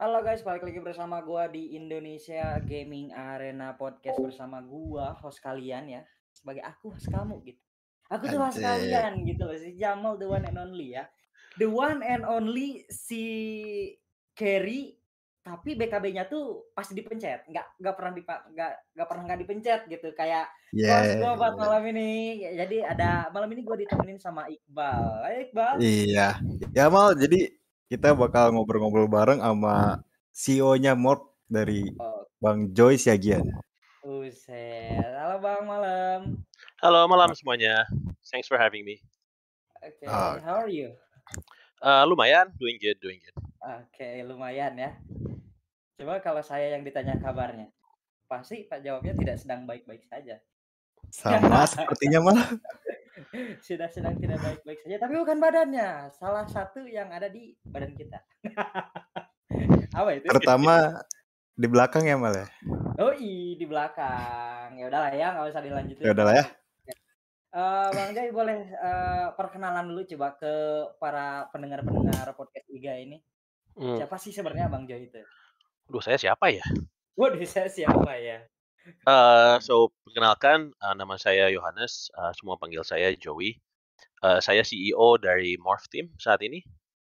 Halo guys, balik lagi bersama gua di Indonesia Gaming Arena Podcast bersama gua, host kalian ya. Sebagai aku host kamu gitu. Aku tuh host Anjir. kalian gitu loh, si Jamal the one and only ya. The one and only si Carry, tapi BKB-nya tuh pasti dipencet, nggak pernah nggak dipencet gitu kayak host Iya, gua buat malam ini. Jadi malam ini gua ditemenin sama Iqbal. Hai Iqbal. iya. Ya Mal, jadi kita bakal ngobrol-ngobrol bareng sama CEO-nya Morp dari Oh, Bang Joy Siagian. buset. Halo Bang, malam. Halo malam semuanya. Thanks for having me. Okay, how are you? Lumayan, doing good. Oke, lumayan ya. Coba kalau saya yang ditanya kabarnya, pasti Pak jawabnya tidak sedang baik-baik saja. Sama sepertinya Mal. Sudah sedang tidak baik-baik saja, tapi bukan badannya. Salah satu yang ada di badan kita. Apa itu? Terutama di belakang ya Mal ya. Oh, di belakang. Ya udahlah ya, nggak usah dilanjutin. Ya udahlah ya. Bang Jai boleh perkenalan dulu coba ke para pendengar-pendengar podcast IGA ini. Siapa sih sebenarnya Bang Jai itu? Duh, saya siapa ya? Waduh, saya siapa ya? Perkenalkan, nama saya Yohanes. Semua panggil saya Joey. Saya CEO dari Morph Team saat ini.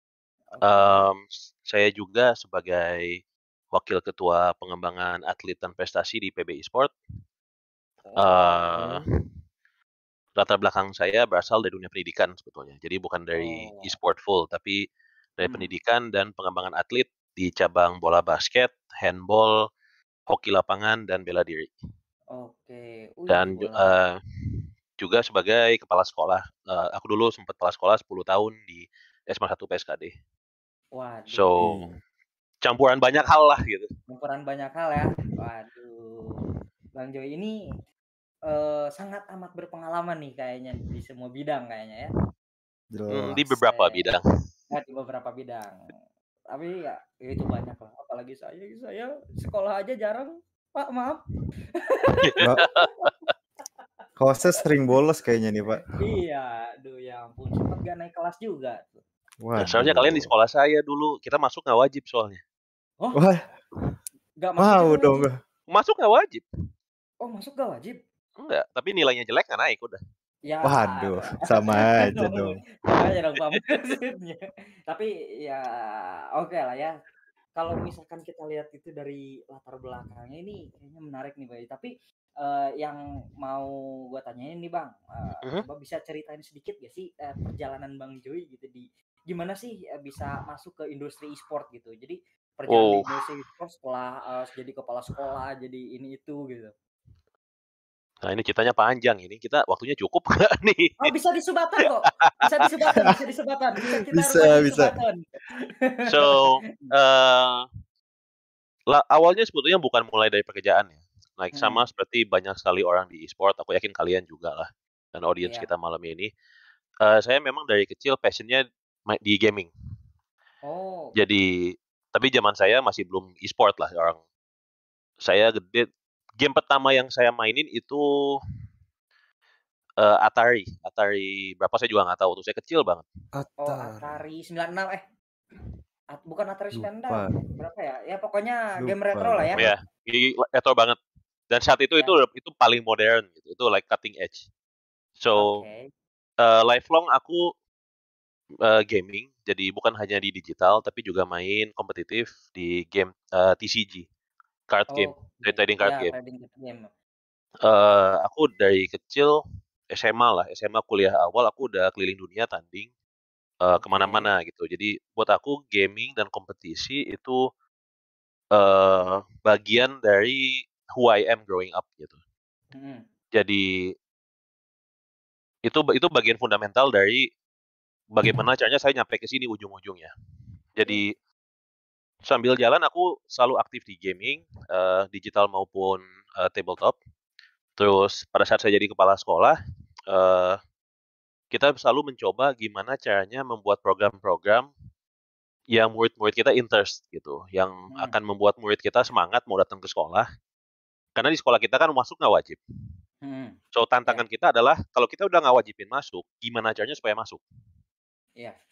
Saya juga sebagai wakil ketua pengembangan atlet dan prestasi di PB Esport. Latar belakang saya berasal dari dunia pendidikan sebetulnya. Jadi bukan dari e-sport full, tapi dari pendidikan dan pengembangan atlet di cabang bola basket, handball, hoki lapangan, dan bela diri. Oke. Dan juga sebagai kepala sekolah. Aku dulu sempat kepala sekolah 10 tahun di SMA 1 PSKD. Waduh. So, campuran banyak hal lah gitu. Campuran banyak hal ya. Waduh. Bang Joy ini sangat amat berpengalaman nih kayaknya di semua bidang kayaknya ya. Di beberapa bidang. Ya, di beberapa bidang. Tapi ya itu banyak lah. Apalagi saya sekolah aja jarang. Pak, maaf. Hostnya sering bolos kayaknya nih Pak. Iya, aduh ya ampun. Sempat gak naik kelas juga. Nah, seharusnya kalian di sekolah saya dulu. Kita masuk nggak wajib soalnya. Oh? Wah. Gak masuk mau dong. Masuk nggak wajib. Oh, masuk gak wajib? Enggak, tapi nilainya jelek nggak naik udah. Ya, waduh, sama aja dong. Sama aja dong Pak maksudnya. Tapi ya oke lah ya. Kalau misalkan kita lihat itu dari latar belakangnya ini kayaknya menarik nih Bay. Tapi yang mau gua tanyain nih Bang, coba bisa ceritain sedikit gak sih perjalanan Bang Joy gitu gimana sih bisa masuk ke industri e-sport gitu. Jadi perjalanan di industri e-sport setelah jadi kepala sekolah, jadi ini itu gitu. Nah, ini ceritanya panjang ini. Kita waktunya cukup nggak nih? Oh, bisa disebatan kok. Bisa disebatan. Bisa. So, awalnya sebetulnya bukan mulai dari pekerjaan ya. Like sama seperti banyak sekali orang di e-sport, aku yakin kalian juga lah. Dan audiens kita malam ini. Saya memang dari kecil passionnya di gaming. Oh. Jadi, tapi zaman saya masih belum e-sport lah orang. Saya gede. Game pertama yang saya mainin itu Atari berapa saya juga nggak tahu tuh, saya kecil banget. Atari 96 bukan Atari 96 berapa ya? Ya pokoknya game retro lah ya. Ya, retro banget. Dan saat itu paling modern gitu. Itu like cutting edge. So lifelong aku gaming, jadi bukan hanya di digital tapi juga main kompetitif di game TCG, card game, trading card game. Aku dari kecil SMA kuliah awal aku udah keliling dunia tanding kemana-mana gitu. Jadi buat aku gaming dan kompetisi itu bagian dari who I am growing up gitu. Jadi itu bagian fundamental dari bagaimana caranya saya nyampe ke sini ujung-ujungnya. Jadi sambil jalan aku selalu aktif di gaming, digital maupun tabletop. Terus pada saat saya jadi kepala sekolah, kita selalu mencoba gimana caranya membuat program-program yang murid-murid kita interest gitu, yang akan membuat murid kita semangat mau datang ke sekolah. Karena di sekolah kita kan masuk nggak wajib. So tantangan kita adalah kalau kita udah nggak wajibin masuk, gimana caranya supaya masuk?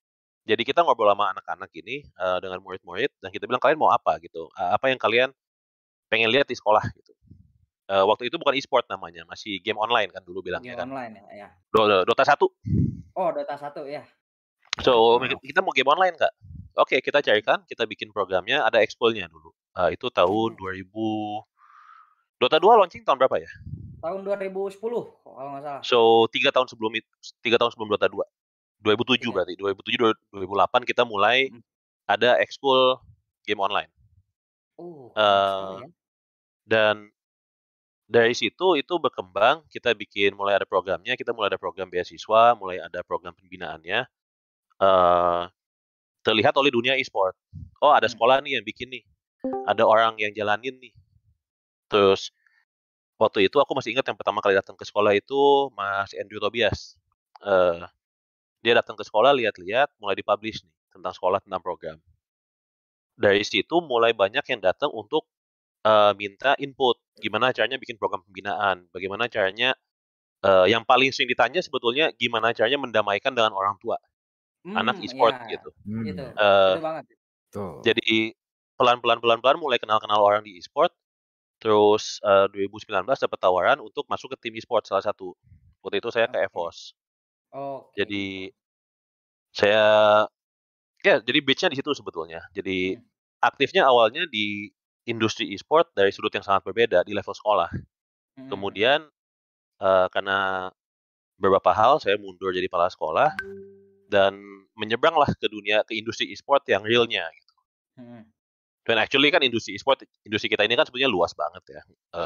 Jadi kita ngobrol sama anak-anak ini dengan murid-murid dan kita bilang kalian mau apa gitu. Apa yang kalian pengen lihat di sekolah gitu. Waktu itu bukan e-sport namanya, masih game online kan dulu bilangnya Game kan. online ya. Dota 1. Oh, Dota 1 ya. So, kita mau game online nggak? Oke, kita carikan, kita bikin programnya, ada expo-nya dulu. Itu tahun 2000. Dota 2 launching tahun berapa ya? Tahun 2010 kalau nggak salah. So, 3 tahun sebelum Dota 2. 2007 Tiga. berarti. 2007 2008 kita mulai ada ekskul game online. Ya. Dan dari situ itu berkembang, kita bikin mulai ada programnya, kita mulai ada program beasiswa, mulai ada program pembinaannya. Terlihat oleh dunia e-sport. Oh, ada sekolah nih yang bikin nih. Ada orang yang jalanin nih. Terus waktu itu aku masih ingat yang pertama kali datang ke sekolah itu Mas Andrew Tobias. Dia datang ke sekolah, lihat-lihat, mulai dipublish nih tentang sekolah, tentang program. Dari situ mulai banyak yang datang untuk minta input. Gimana caranya bikin program pembinaan? Bagaimana caranya? Yang paling sering ditanya sebetulnya gimana caranya mendamaikan dengan orang tua anak e-sport gitu. Itu banget. Jadi pelan-pelan mulai kenal-kenal orang di e-sport. Terus 2019 dapat tawaran untuk masuk ke tim e-sport salah satu. Waktu itu saya ke EVOS. Jadi saya jadi bridge-nya di situ sebetulnya. Jadi aktifnya awalnya di industri e-sport dari sudut yang sangat berbeda di level sekolah. Kemudian karena beberapa hal saya mundur jadi kepala sekolah dan menyeberanglah ke industri e-sport yang realnya gitu. Dan actually kan industri kita ini kan sebenarnya luas banget ya.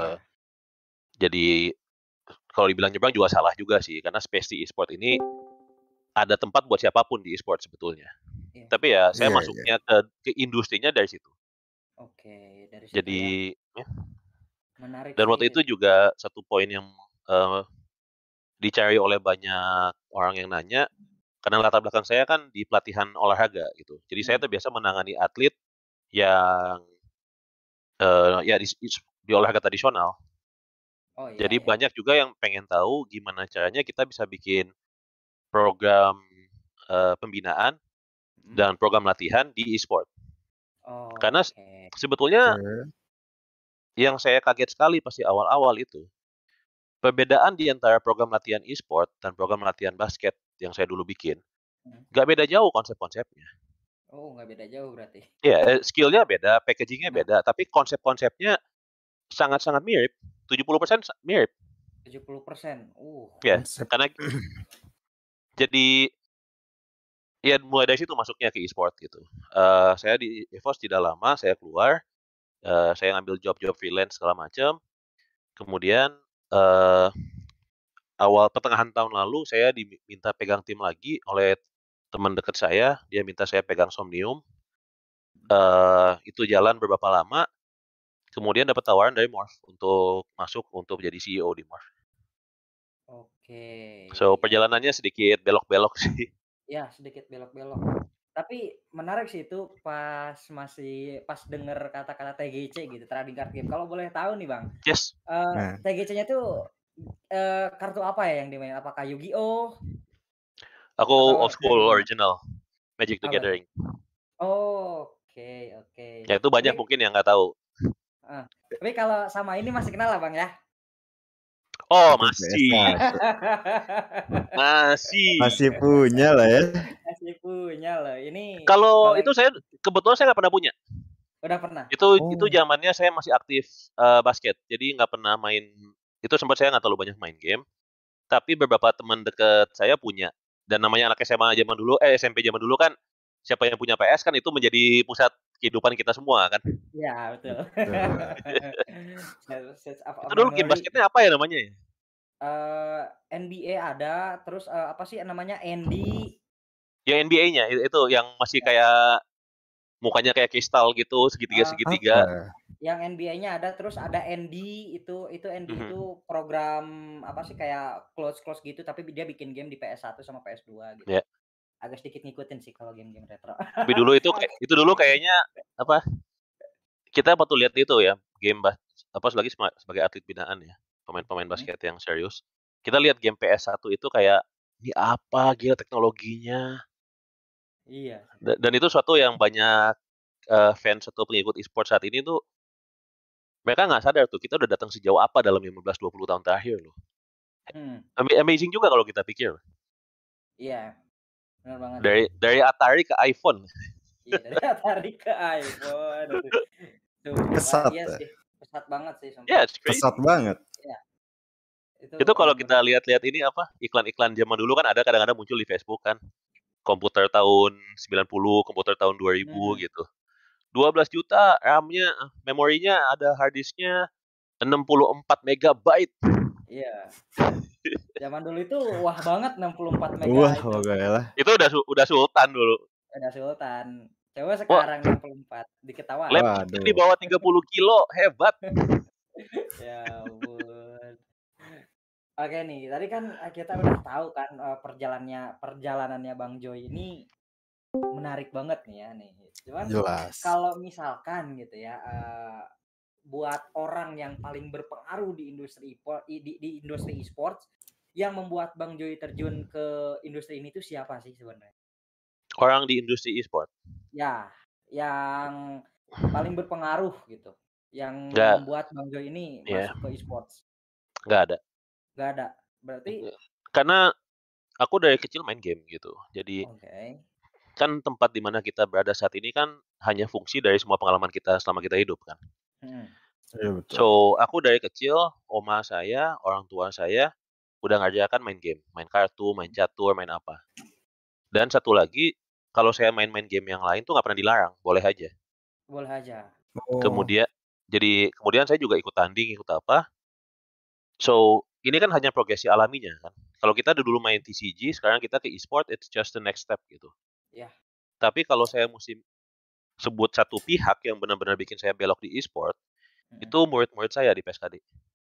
Jadi kalau dibilang nyebrang juga salah juga sih, karena space di e-sport ini ada tempat buat siapapun di e-sport sebetulnya. Tapi ya saya masuknya ke industrinya dari situ. Dari situ. Jadi ya. Menarik. Dan waktu itu juga satu poin yang dicari oleh banyak orang yang nanya, karena latar belakang saya kan di pelatihan olahraga gitu. Jadi saya terbiasa menangani atlet yang di olahraga tradisional. Jadi banyak juga yang pengen tahu gimana caranya kita bisa bikin program pembinaan dan program latihan di e-sport. Karena sebetulnya yang saya kaget sekali pasti awal-awal itu, perbedaan di antara program latihan e-sport dan program latihan basket yang saya dulu bikin, nggak beda jauh konsep-konsepnya. Nggak beda jauh berarti. Iya, skill-nya beda, packaging-nya beda, tapi konsep-konsepnya sangat-sangat mirip. 70% mirip. 70%. Ya, karena jadi ya mulai dari situ masuknya ke e-sport gitu. Saya di EVOS tidak lama, saya keluar, saya ngambil job-job freelance segala macam. Kemudian awal pertengahan tahun lalu saya diminta pegang tim lagi oleh teman dekat saya. Dia minta saya pegang Somnium. Itu jalan beberapa lama. Kemudian dapat tawaran dari Morph untuk masuk untuk jadi CEO di Morph. So perjalanannya sedikit belok-belok sih. Ya, sedikit belok-belok. Tapi menarik sih itu pas denger kata-kata TGC gitu, trading card game. Kalau boleh tahu nih Bang, Yes. TGC-nya tuh kartu apa ya yang dimain? Apakah Yu-Gi-Oh? Aku old school original, Magic the Gathering. Oke. Ya itu banyak mungkin yang nggak tahu. Tapi kalau sama ini masih kenal lah Bang ya? Oh masih. Masih punya lah ya. Masih punya loh. Ini kalau itu saya kebetulan saya nggak pernah punya. Udah pernah? Itu zamannya saya masih aktif basket, jadi nggak pernah main. Itu sempat saya nggak terlalu banyak main game. Tapi beberapa teman dekat saya punya. Dan namanya anak SMA zaman dulu, SMP zaman dulu kan, siapa yang punya PS kan itu menjadi pusat kehidupan kita semua kan. Iya betul. Itu dulu game basketnya apa ya namanya ya? NBA ada, terus apa sih namanya Andy? Ya NBA-nya itu yang masih kayak mukanya kayak kristal gitu, segitiga. Yang NBA-nya ada, terus ada Andy itu Andy itu program apa sih kayak close gitu, tapi dia bikin game di PS1 sama PS2 gitu. Yeah. Agak sedikit ngikutin sih kalau game-game retro. Tapi dulu itu dulu kayaknya apa? Kita waktu lihat itu ya, game sebagai atlet binaan ya, pemain basket yang serius. Kita lihat game PS1 itu kayak ini apa gila teknologinya. Iya. Dan itu suatu yang banyak fans atau pengikut e-sport saat ini tuh mereka nggak sadar tuh kita udah datang sejauh apa dalam 15-20 tahun terakhir loh. Hmm. Amazing juga kalau kita pikir. Iya, benar banget sih. Dari Atari ke iPhone. Iya, dari Atari ke iPhone. Tuh, Pesat. iya sih, pesat banget sih sumpah. Yeah, it's crazy. Pesat banget. Iya. Itu kalau kita lihat-lihat ini apa iklan-iklan zaman dulu kan ada kadang-kadang muncul di Facebook kan. Komputer tahun 90, komputer tahun 2000 gitu. 12 juta RAM-nya, memorinya ada hard disk-nya 64 megabyte. Iya. Zaman dulu itu wah banget 64 mega Wah, itu. lah. Itu udah sultan dulu. Udah sultan. Coba sekarang 64 diketawain. Laptop di bawah 30 kilo, hebat. Ya ampun. Oke nih, tadi kan kita udah tahu kan perjalanannya Bang Joy ini menarik banget nih ya nih. Cuman Jelas. kalau misalkan gitu ya buat orang yang paling berpengaruh di industri di industri e-sports yang membuat Bang Joy terjun ke industri ini tuh siapa sih sebenarnya? Orang di industri e-sport. Ya, yang paling berpengaruh gitu. Yang membuat Bang Joy ini masuk ke e-sports. Nggak ada. Nggak ada. Berarti karena aku dari kecil main game gitu. Jadi kan tempat di mana kita berada saat ini kan hanya fungsi dari semua pengalaman kita selama kita hidup kan. Iya, betul. So, aku dari kecil, oma saya, orang tua saya udah ngajarkan main game, main kartu, main catur, main apa. Dan satu lagi, kalau saya main-main game yang lain tuh nggak pernah dilarang, boleh aja. Boleh aja. Kemudian saya juga ikut tanding, ikut apa. So, ini kan hanya progresi alaminya kan. Kalau kita dulu main TCG, sekarang kita ke e-sport, it's just the next step gitu. Yeah. Tapi kalau saya mesti sebut satu pihak yang benar-benar bikin saya belok di e-sport, itu murid-murid saya di PSKD.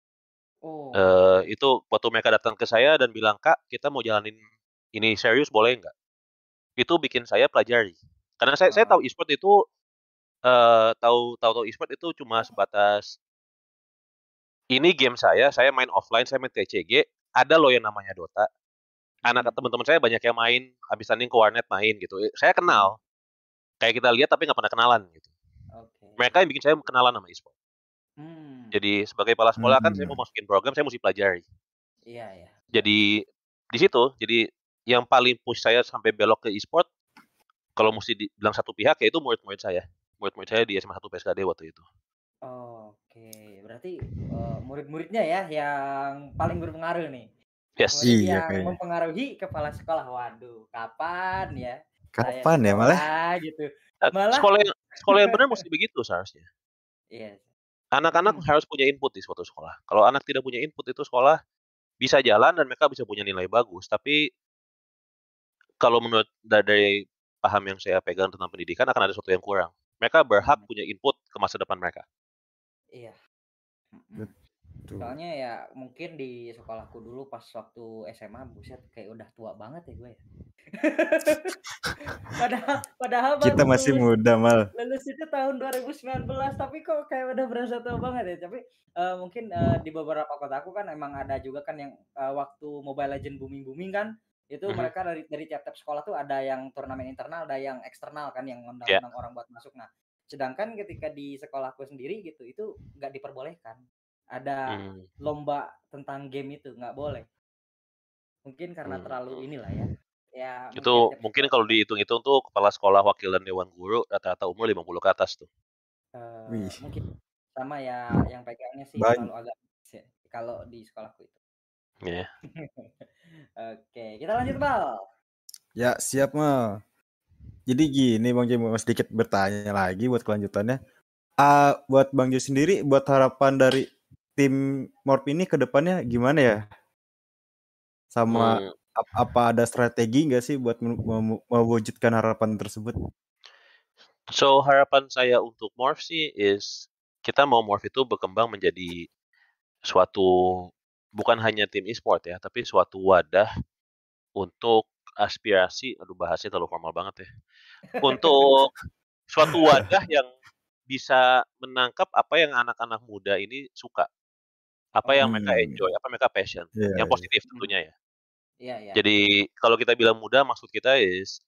Itu waktu mereka datang ke saya dan bilang, Kak, kita mau jalanin ini serius boleh nggak? Itu bikin saya pelajari. Karena saya tahu e-sport itu tahu e-sport itu cuma sebatas ini game saya main offline, saya main TCG, ada loh yang namanya Dota. Teman-teman saya banyak yang main, habis tanding ke warnet main gitu. Saya kenal. Kayak kita lihat tapi nggak pernah kenalan gitu. Mereka yang bikin saya kenalan sama e-sport. Jadi sebagai kepala sekolah kan saya mau masukin program, saya mesti pelajari. Iya. Jadi di situ, jadi yang paling push saya sampai belok ke e-sport, kalau mesti dibilang satu pihak yaitu murid-murid saya. Murid-murid saya di SMA 1 PSKD waktu itu. Oke, berarti murid-muridnya ya yang paling berpengaruh nih. Yes. Murid yang mempengaruhi kepala sekolah. Waduh, kapan ya? Kapan ya malah? Gitu. Sekolah yang benar mesti begitu seharusnya. Iya. Anak-anak harus punya input di suatu sekolah. Kalau anak tidak punya input itu sekolah bisa jalan dan mereka bisa punya nilai bagus. Tapi kalau menurut dari paham yang saya pegang tentang pendidikan akan ada sesuatu yang kurang. Mereka berhak punya input ke masa depan mereka. Iya. Soalnya ya mungkin di sekolahku dulu pas waktu SMA buset kayak udah tua banget ya gue ya. padahal kita masih muda mal. Lulus itu tahun 2019 tapi kok kayak udah berasa tua banget ya. Tapi mungkin di beberapa kotaku kan emang ada juga kan yang waktu Mobile Legends booming kan itu mereka dari tiap-tiap sekolah tuh ada yang turnamen internal, ada yang eksternal kan yang ngundang orang buat masuk. Nah, sedangkan ketika di sekolahku sendiri gitu itu nggak diperbolehkan. Ada lomba tentang game itu nggak boleh. Mungkin karena terlalu inilah ya. Ya itu mungkin kalau dihitung-hitung tuh kepala sekolah, wakil dan dewan guru rata-rata umur 50 ke atas tuh. Mungkin sama ya yang pegangnya sih kalau agak kalau di sekolahku itu. Iya. Oke, kita lanjut Bal. Ya siap Mal. Jadi gini Bang Joy mau sedikit bertanya lagi buat kelanjutannya. Buat Bang Joy sendiri, buat harapan dari tim Morp ini ke depannya gimana ya? Sama apa ada strategi nggak sih buat mewujudkan harapan tersebut? So harapan saya untuk Morph sih kita mau Morph itu berkembang menjadi suatu bukan hanya tim e-sport ya, tapi suatu wadah untuk aspirasi, bahasanya terlalu formal banget ya. Untuk suatu wadah yang bisa menangkap apa yang anak-anak muda ini suka. Apa yang mereka enjoy, apa mereka passion. Yang positif tentunya ya. Iya. Jadi kalau kita bilang muda maksud kita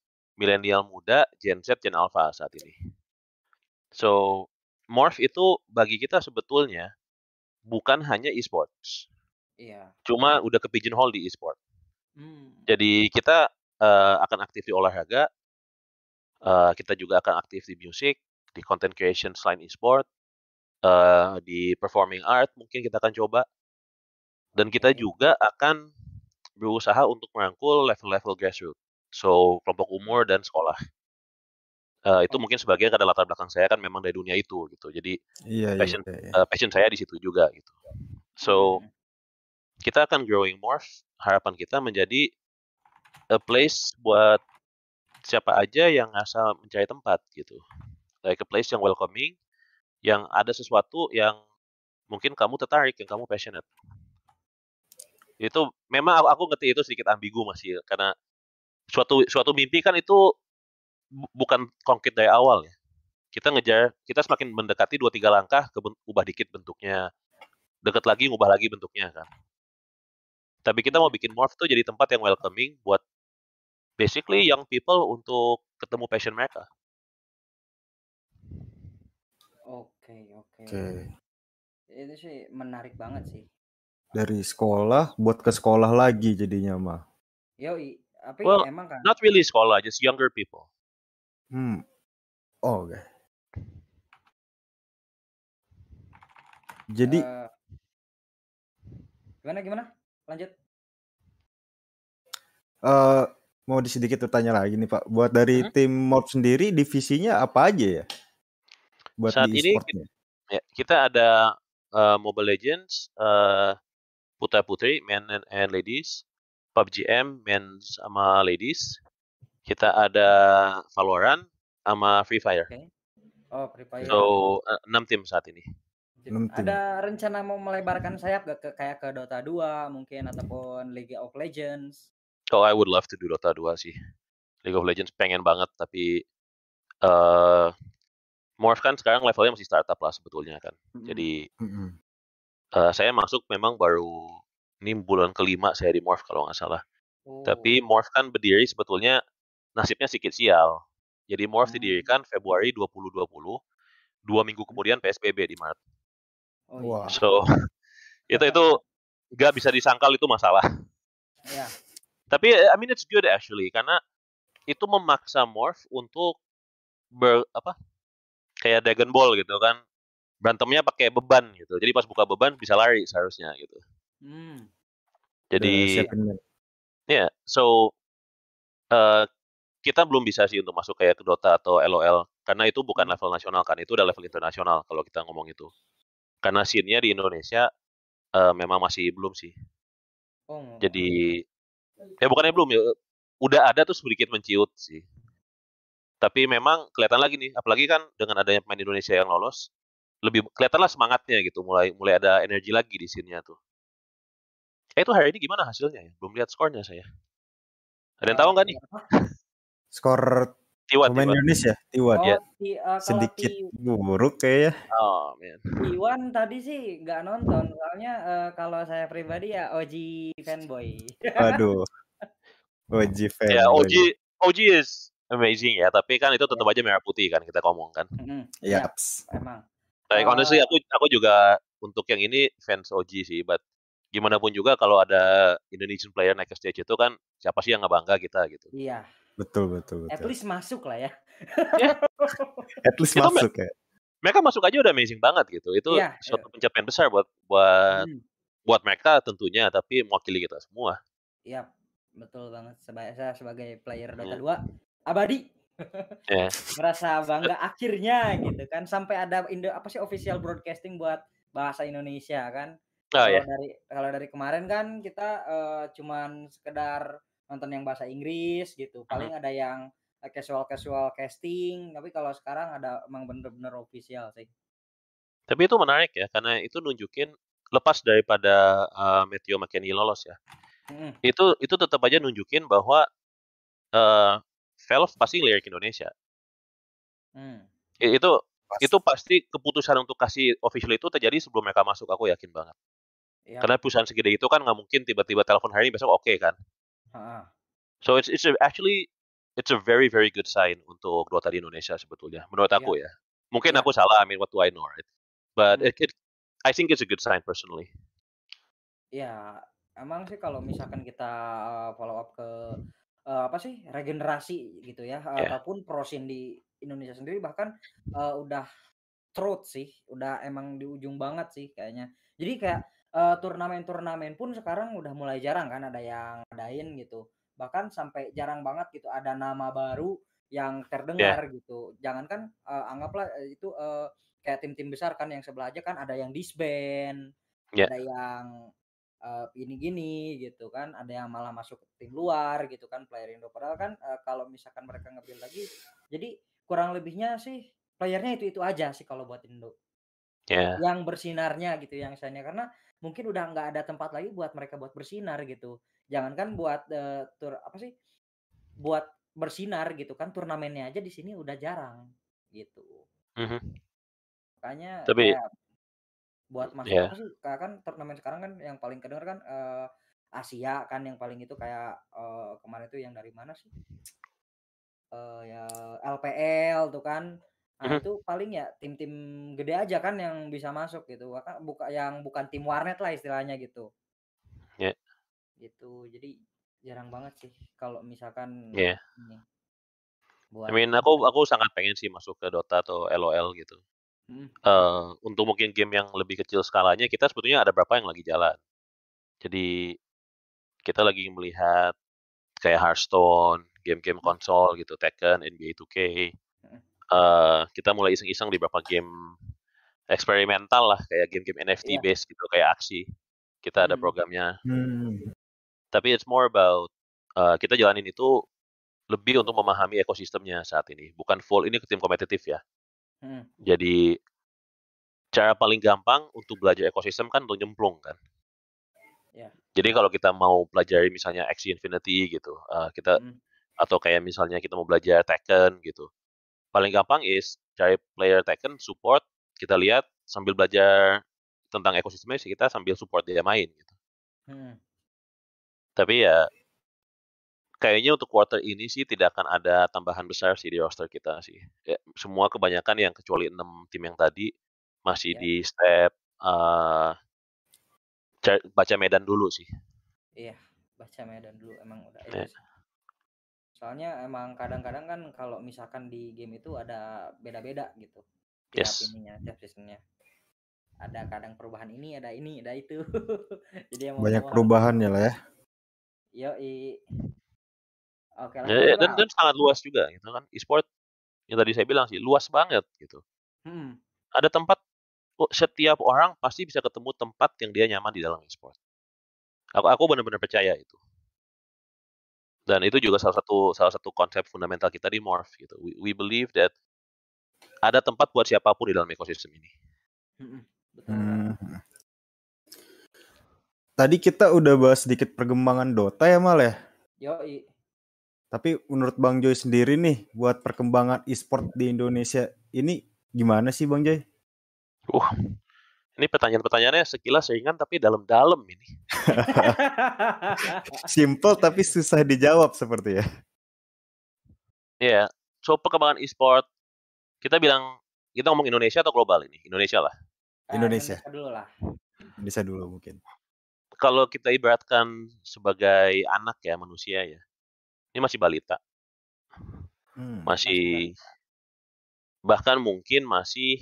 milenial muda, Gen Z, Gen Alpha saat ini. So, Morph itu bagi kita sebetulnya bukan hanya e-sports. Iya. Cuma udah ke pigeonhole di e-sport. Jadi Hmm. kita akan aktif di olahraga, kita juga akan aktif di music, di content creation selain e-sport, di performing art mungkin kita akan coba. Dan kita Oke. juga akan berusaha untuk merangkul level-level grassroots. So, kelompok umur dan sekolah. Itu mungkin sebagian karena latar belakang saya kan memang dari dunia itu gitu. Jadi Iya, iya, iya. passion saya di situ juga gitu. So, kita akan growing Morph. Harapan kita menjadi a place buat siapa aja yang asal mencari tempat gitu. Like a place yang welcoming, yang ada sesuatu yang mungkin kamu tertarik, yang kamu passionate. Itu memang aku ngerti itu sedikit ambigu masih karena suatu mimpi kan itu bukan konkret dari awal ya. Kita semakin mendekati 2-3 langkah ubah dikit bentuknya. Deket lagi, ubah lagi bentuknya kan. Tapi kita mau bikin Morph tuh jadi tempat yang welcoming buat basically young people untuk ketemu passion mereka. Oke. Oke. Itu sih menarik banget sih. Dari sekolah buat ke sekolah lagi jadinya mah. Yoi, tapi Well, emang kan. not really sekolah, just younger people. Oh, oke. Jadi Gimana? Lanjut. mau sedikit bertanya lagi nih Pak. Buat dari tim Morph sendiri divisinya apa aja ya? Buat Saat di ini e-sportnya. kita ada Mobile Legends, Putra Putri, men and ladies, PUBG M, men sama ladies. Kita ada Valorant sama Free Fire. Okay. Oh, Free Fire. So 6 tim saat ini. 6 tim. Ada rencana mau melebarkan sayap gak kayak ke Dota 2 mungkin ataupun League of Legends? Oh, I would love to do Dota 2 sih. League of Legends pengen banget tapi Morph kan sekarang levelnya masih startup lah sebetulnya kan. Jadi saya masuk memang baru ini bulan kelima saya di Morph kalau nggak salah. Tapi Morph kan berdiri sebetulnya nasibnya sedikit sial. Jadi Morph didirikan Februari 2020, 2 minggu kemudian PSBB di Maret. Wah. So itu nggak bisa disangkal itu masalah. Yeah. Tapi I mean it's good actually karena itu memaksa Morph untuk kayak Dragon Ball gitu kan, berantemnya pakai beban gitu. Jadi pas buka beban bisa lari seharusnya gitu. Jadi ya, so kita belum bisa sih untuk masuk kayak ke Dota atau LOL karena itu bukan level nasional kan, itu udah level internasional kalau kita ngomong itu. Karena scene-nya di Indonesia memang masih belum sih. Jadi bukannya belum ya, udah ada tuh sedikit menciut sih. Tapi memang kelihatan lagi nih, apalagi kan dengan adanya pemain Indonesia yang lolos, lebih kelihatanlah semangatnya gitu, mulai ada energi lagi di scene-nya tuh. Itu hari ini gimana hasilnya ya? Belum lihat skornya saya. Ada yang tahu nggak nih? Skor pemain Indonesia, T1. Ya. Sedikit buruk kayaknya. Oh, man. T1 tadi sih nggak nonton, soalnya kalau saya pribadi ya OG fanboy. Waduh. OG fanboy. Ya, OG is amazing ya, tapi kan itu tetap aja merah putih kan kita ngomong kan. Iya, emang. Like honestly aku juga untuk yang ini fans OG sih, but gimana pun juga kalau ada Indonesian player naik ke stage itu kan siapa sih yang nggak bangga kita gitu. Iya. Betul. At least masuk lah ya. At least masuk ya. Mereka masuk aja udah amazing banget gitu. Itu suatu pencapaian besar buat mereka tentunya, tapi mewakili kita semua. Iya, betul banget. Saya sebagai player Dota 2 abadi. Merasa bangga akhirnya gitu kan, sampai ada official broadcasting buat bahasa Indonesia kan. Kalau dari kemarin kan kita cuman sekedar nonton yang bahasa Inggris gitu, paling ada yang casual casting, tapi kalau sekarang ada emang bener-bener official sih. Tapi itu menarik ya, karena itu nunjukin lepas daripada Matthew McKennie lolos ya, itu tetap aja nunjukin bahwa Valve pasti lirik Indonesia. Itu pasti keputusan untuk kasih official itu terjadi sebelum mereka masuk, aku yakin banget. Karena perusahaan segede itu kan nggak mungkin tiba-tiba telepon hari ini besok oke kan. So it's actually it's a very very good sign untuk Dota di Indonesia sebetulnya. Menurut Ya, aku ya. Mungkin ya. aku salah. I mean, what do I know, right? But Hmm. I think it's a good sign personally. Ya, emang sih kalau misalkan kita follow up ke apa sih regenerasi gitu ya, Yeah. ataupun pro scene di Indonesia sendiri bahkan udah truth sih, udah emang di ujung banget sih kayaknya. Jadi kayak turnamen-turnamen pun sekarang udah mulai jarang kan ada yang ngadain gitu. Bahkan sampai jarang banget gitu ada nama baru yang Yeah. terdengar gitu. Jangankan anggaplah itu kayak tim-tim besar kan yang sebelah aja kan ada yang disband, Yeah. ada yang ini gini gitu kan, ada yang malah masuk ke tim luar gitu kan player Indo. Padahal kan kalau misalkan mereka nge-build lagi, jadi kurang lebihnya sih playernya itu aja sih kalau buat Indo. Yeah. Yang bersinarnya gitu yang sayangnya karena mungkin udah nggak ada tempat lagi buat mereka buat bersinar gitu. Jangankan buat apa sih? Buat bersinar gitu kan turnamennya aja di sini udah jarang gitu. Makanya Tapi kayak buat masuk ya. apa sih? Kayak kan turnamen sekarang kan yang paling kedenger kan Asia kan yang paling itu kayak kemarin itu yang dari mana sih? Ya LPL tuh kan. Nah, itu paling ya tim-tim gede aja kan yang bisa masuk gitu. Yang bukan tim warnet lah istilahnya gitu. Yeah. Gitu. Jadi jarang banget sih kalau misalkan Yeah. ini I buat mean, aku sangat pengen sih masuk ke Dota atau LOL gitu. Untuk mungkin game yang lebih kecil skalanya, kita sebetulnya ada berapa yang lagi jalan. Jadi kita lagi melihat kayak Hearthstone, game-game konsol gitu, Tekken, NBA 2K. Kita mulai iseng-iseng di beberapa game eksperimental lah, kayak game-game NFT Iya. based gitu, kayak Aksi. Kita ada programnya. Tapi it's more about kita jalanin itu lebih untuk memahami ekosistemnya saat ini. Bukan full ini ke tim kompetitif ya. Jadi cara paling gampang untuk belajar ekosistem kan untuk nyemplung kan. Yeah. Jadi kalau kita mau pelajari misalnya Axie Infinity gitu, kita atau kayak misalnya kita mau belajar Tekken gitu. Paling gampang is cari player Tekken support, kita lihat sambil belajar tentang ekosistemnya kita sambil support dia main gitu. Tapi ya kayaknya untuk quarter ini sih tidak akan ada tambahan besar sih di roster kita sih. Ya, semua kebanyakan yang kecuali 6 tim yang tadi masih di step baca medan dulu sih. Iya, baca medan dulu emang udah itu sih. Soalnya emang kadang-kadang kan kalau misalkan di game itu ada beda-beda gitu. Tiap ininya, tiap seasonnya. Ada kadang perubahan ini, ada itu. Jadi yang banyak perubahannya lah ya. Yoi. Oke lah. Ya, dan sangat luas juga gitu kan. E-sport yang tadi saya bilang sih luas banget gitu. Ada tempat setiap orang pasti bisa ketemu tempat yang dia nyaman di dalam e-sport. Aku benar-benar percaya itu. Dan itu juga salah satu konsep fundamental kita di Morph gitu. We believe that ada tempat buat siapapun di dalam ekosistem ini. Betul. Tadi kita udah bahas sedikit perkembangan Dota ya Mal ya. Yoi. Tapi menurut Bang Joy sendiri nih buat perkembangan e-sport di Indonesia ini gimana sih Bang Joy? Ini pertanyaan-pertanyaannya sekilas ringan tapi dalam-dalam ini. Simple tapi susah dijawab seperti ya. Iya, so perkembangan e-sport kita ngomong Indonesia atau global ini? Indonesia lah. Indonesia. Indonesia dulu lah. Indonesia dulu mungkin. Kalau kita ibaratkan sebagai anak ya manusia ya, ini masih balita. Masih bahkan mungkin masih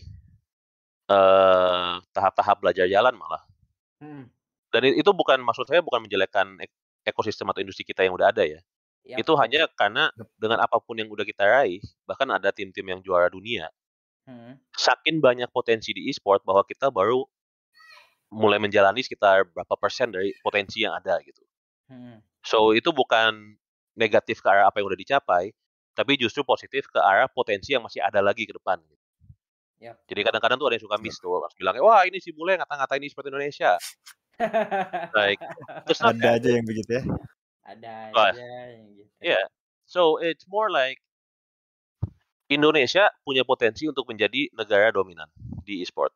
tahap-tahap belajar jalan malah. Dan itu maksud saya bukan menjelekkan ekosistem atau industri kita yang udah ada ya. Itu hanya karena dengan apapun yang udah kita raih, bahkan ada tim-tim yang juara dunia, saking banyak potensi di e-sport bahwa kita baru mulai menjalani sekitar berapa persen dari potensi yang ada gitu. So itu bukan negatif ke arah apa yang udah dicapai, tapi justru positif ke arah potensi yang masih ada lagi ke depan. Gitu. Jadi kadang-kadang tuh ada yang suka miss tuh, bilangnya wah ini si bule ngata-ngatain e-sport Indonesia. Like, ada aja yang begitu ya. Ada aja yang gitu. Yeah, so it's more like Indonesia punya potensi untuk menjadi negara dominan di e-sport.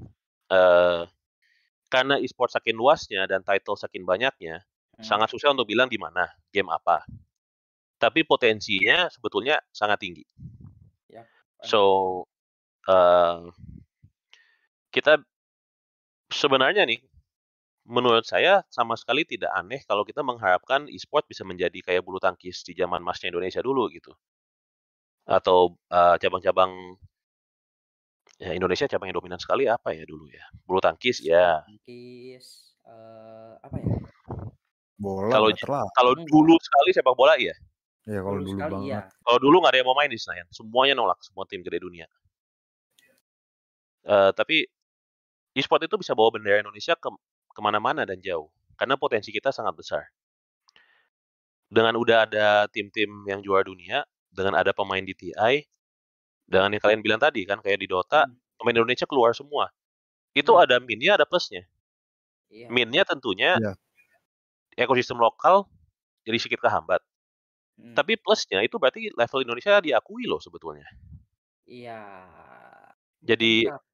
Karena e-sport saking luasnya dan title saking banyaknya, sangat susah untuk bilang di mana, game apa. tapi potensinya sebetulnya sangat tinggi. Yap, So, emang. kita sebenarnya nih, menurut saya sama sekali tidak aneh kalau kita mengharapkan e-sport bisa menjadi kayak bulu tangkis di zaman emasnya Indonesia dulu gitu. Atau cabang-cabang ya Indonesia cabang yang dominan sekali apa ya dulu ya? Bulu tangkis ya. Tangkis, apa ya? Bola Kalau nggak terlalu. kalau dulu sekali sepak bola ya. Ya kalau Dulu dulu sekali banget. iya. Kalau dulu nggak ada yang mau main di Senayan, semuanya nolak, semua tim gede dunia. Tapi e-sport itu bisa bawa bendera Indonesia kemana-mana dan jauh, karena potensi kita sangat besar. Dengan udah ada tim-tim yang juara dunia, dengan ada pemain di TI, dengan yang kalian bilang tadi kan, kayak di Dota, pemain Indonesia keluar semua. Itu ada minnya, ada plusnya. Iya. Minnya tentunya Iya. ekosistem lokal jadi sedikit kehambat. Tapi plusnya itu berarti level Indonesia diakui loh sebetulnya. Iya. Jadi Betul.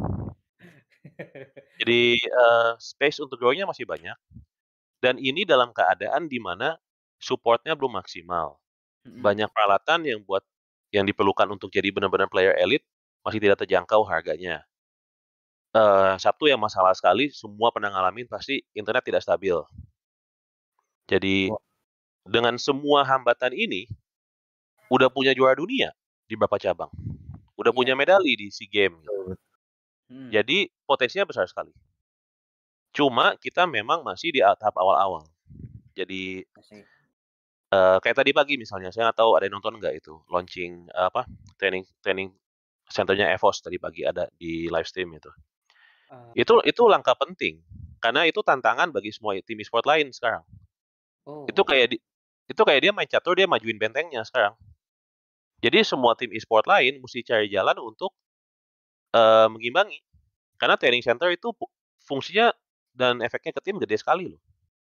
jadi space untuk growing-nya masih banyak. Dan ini dalam keadaan di mana support-nya belum maksimal. Banyak peralatan yang diperlukan untuk jadi benar-benar player elite masih tidak terjangkau harganya. Satu yang masalah sekali, semua pernah ngalamin pasti internet tidak stabil. Jadi dengan semua hambatan ini, udah punya juara dunia di beberapa cabang, udah punya medali di SEA Games. Jadi potensinya besar sekali. Cuma kita memang masih di tahap awal-awal. Jadi kayak tadi pagi misalnya, saya nggak tahu ada yang nonton nggak itu launching training centernya EVOS tadi pagi ada di live stream itu. Itu langkah penting karena itu tantangan bagi semua tim e-sport lain sekarang. Itu kayak dia main catur, dia majuin bentengnya sekarang. Jadi semua tim e-sport lain mesti cari jalan untuk mengimbangi. Karena training center itu fungsinya dan efeknya ke tim gede sekali loh.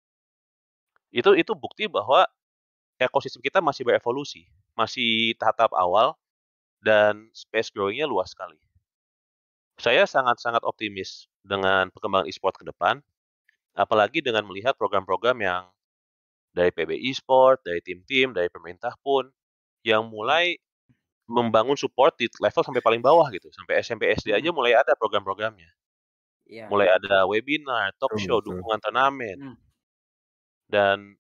Itu bukti bahwa ekosistem kita masih berevolusi, masih tahap awal dan space growing-nya luas sekali. Saya sangat-sangat optimis dengan perkembangan e-sport ke depan, apalagi dengan melihat program-program yang dari PB e-sport, dari tim-tim, dari pemerintah pun, yang mulai membangun support di level sampai paling bawah gitu, sampai SMP SD aja mulai ada program-programnya. Mulai ada webinar, talk show, dukungan turnamen. Dan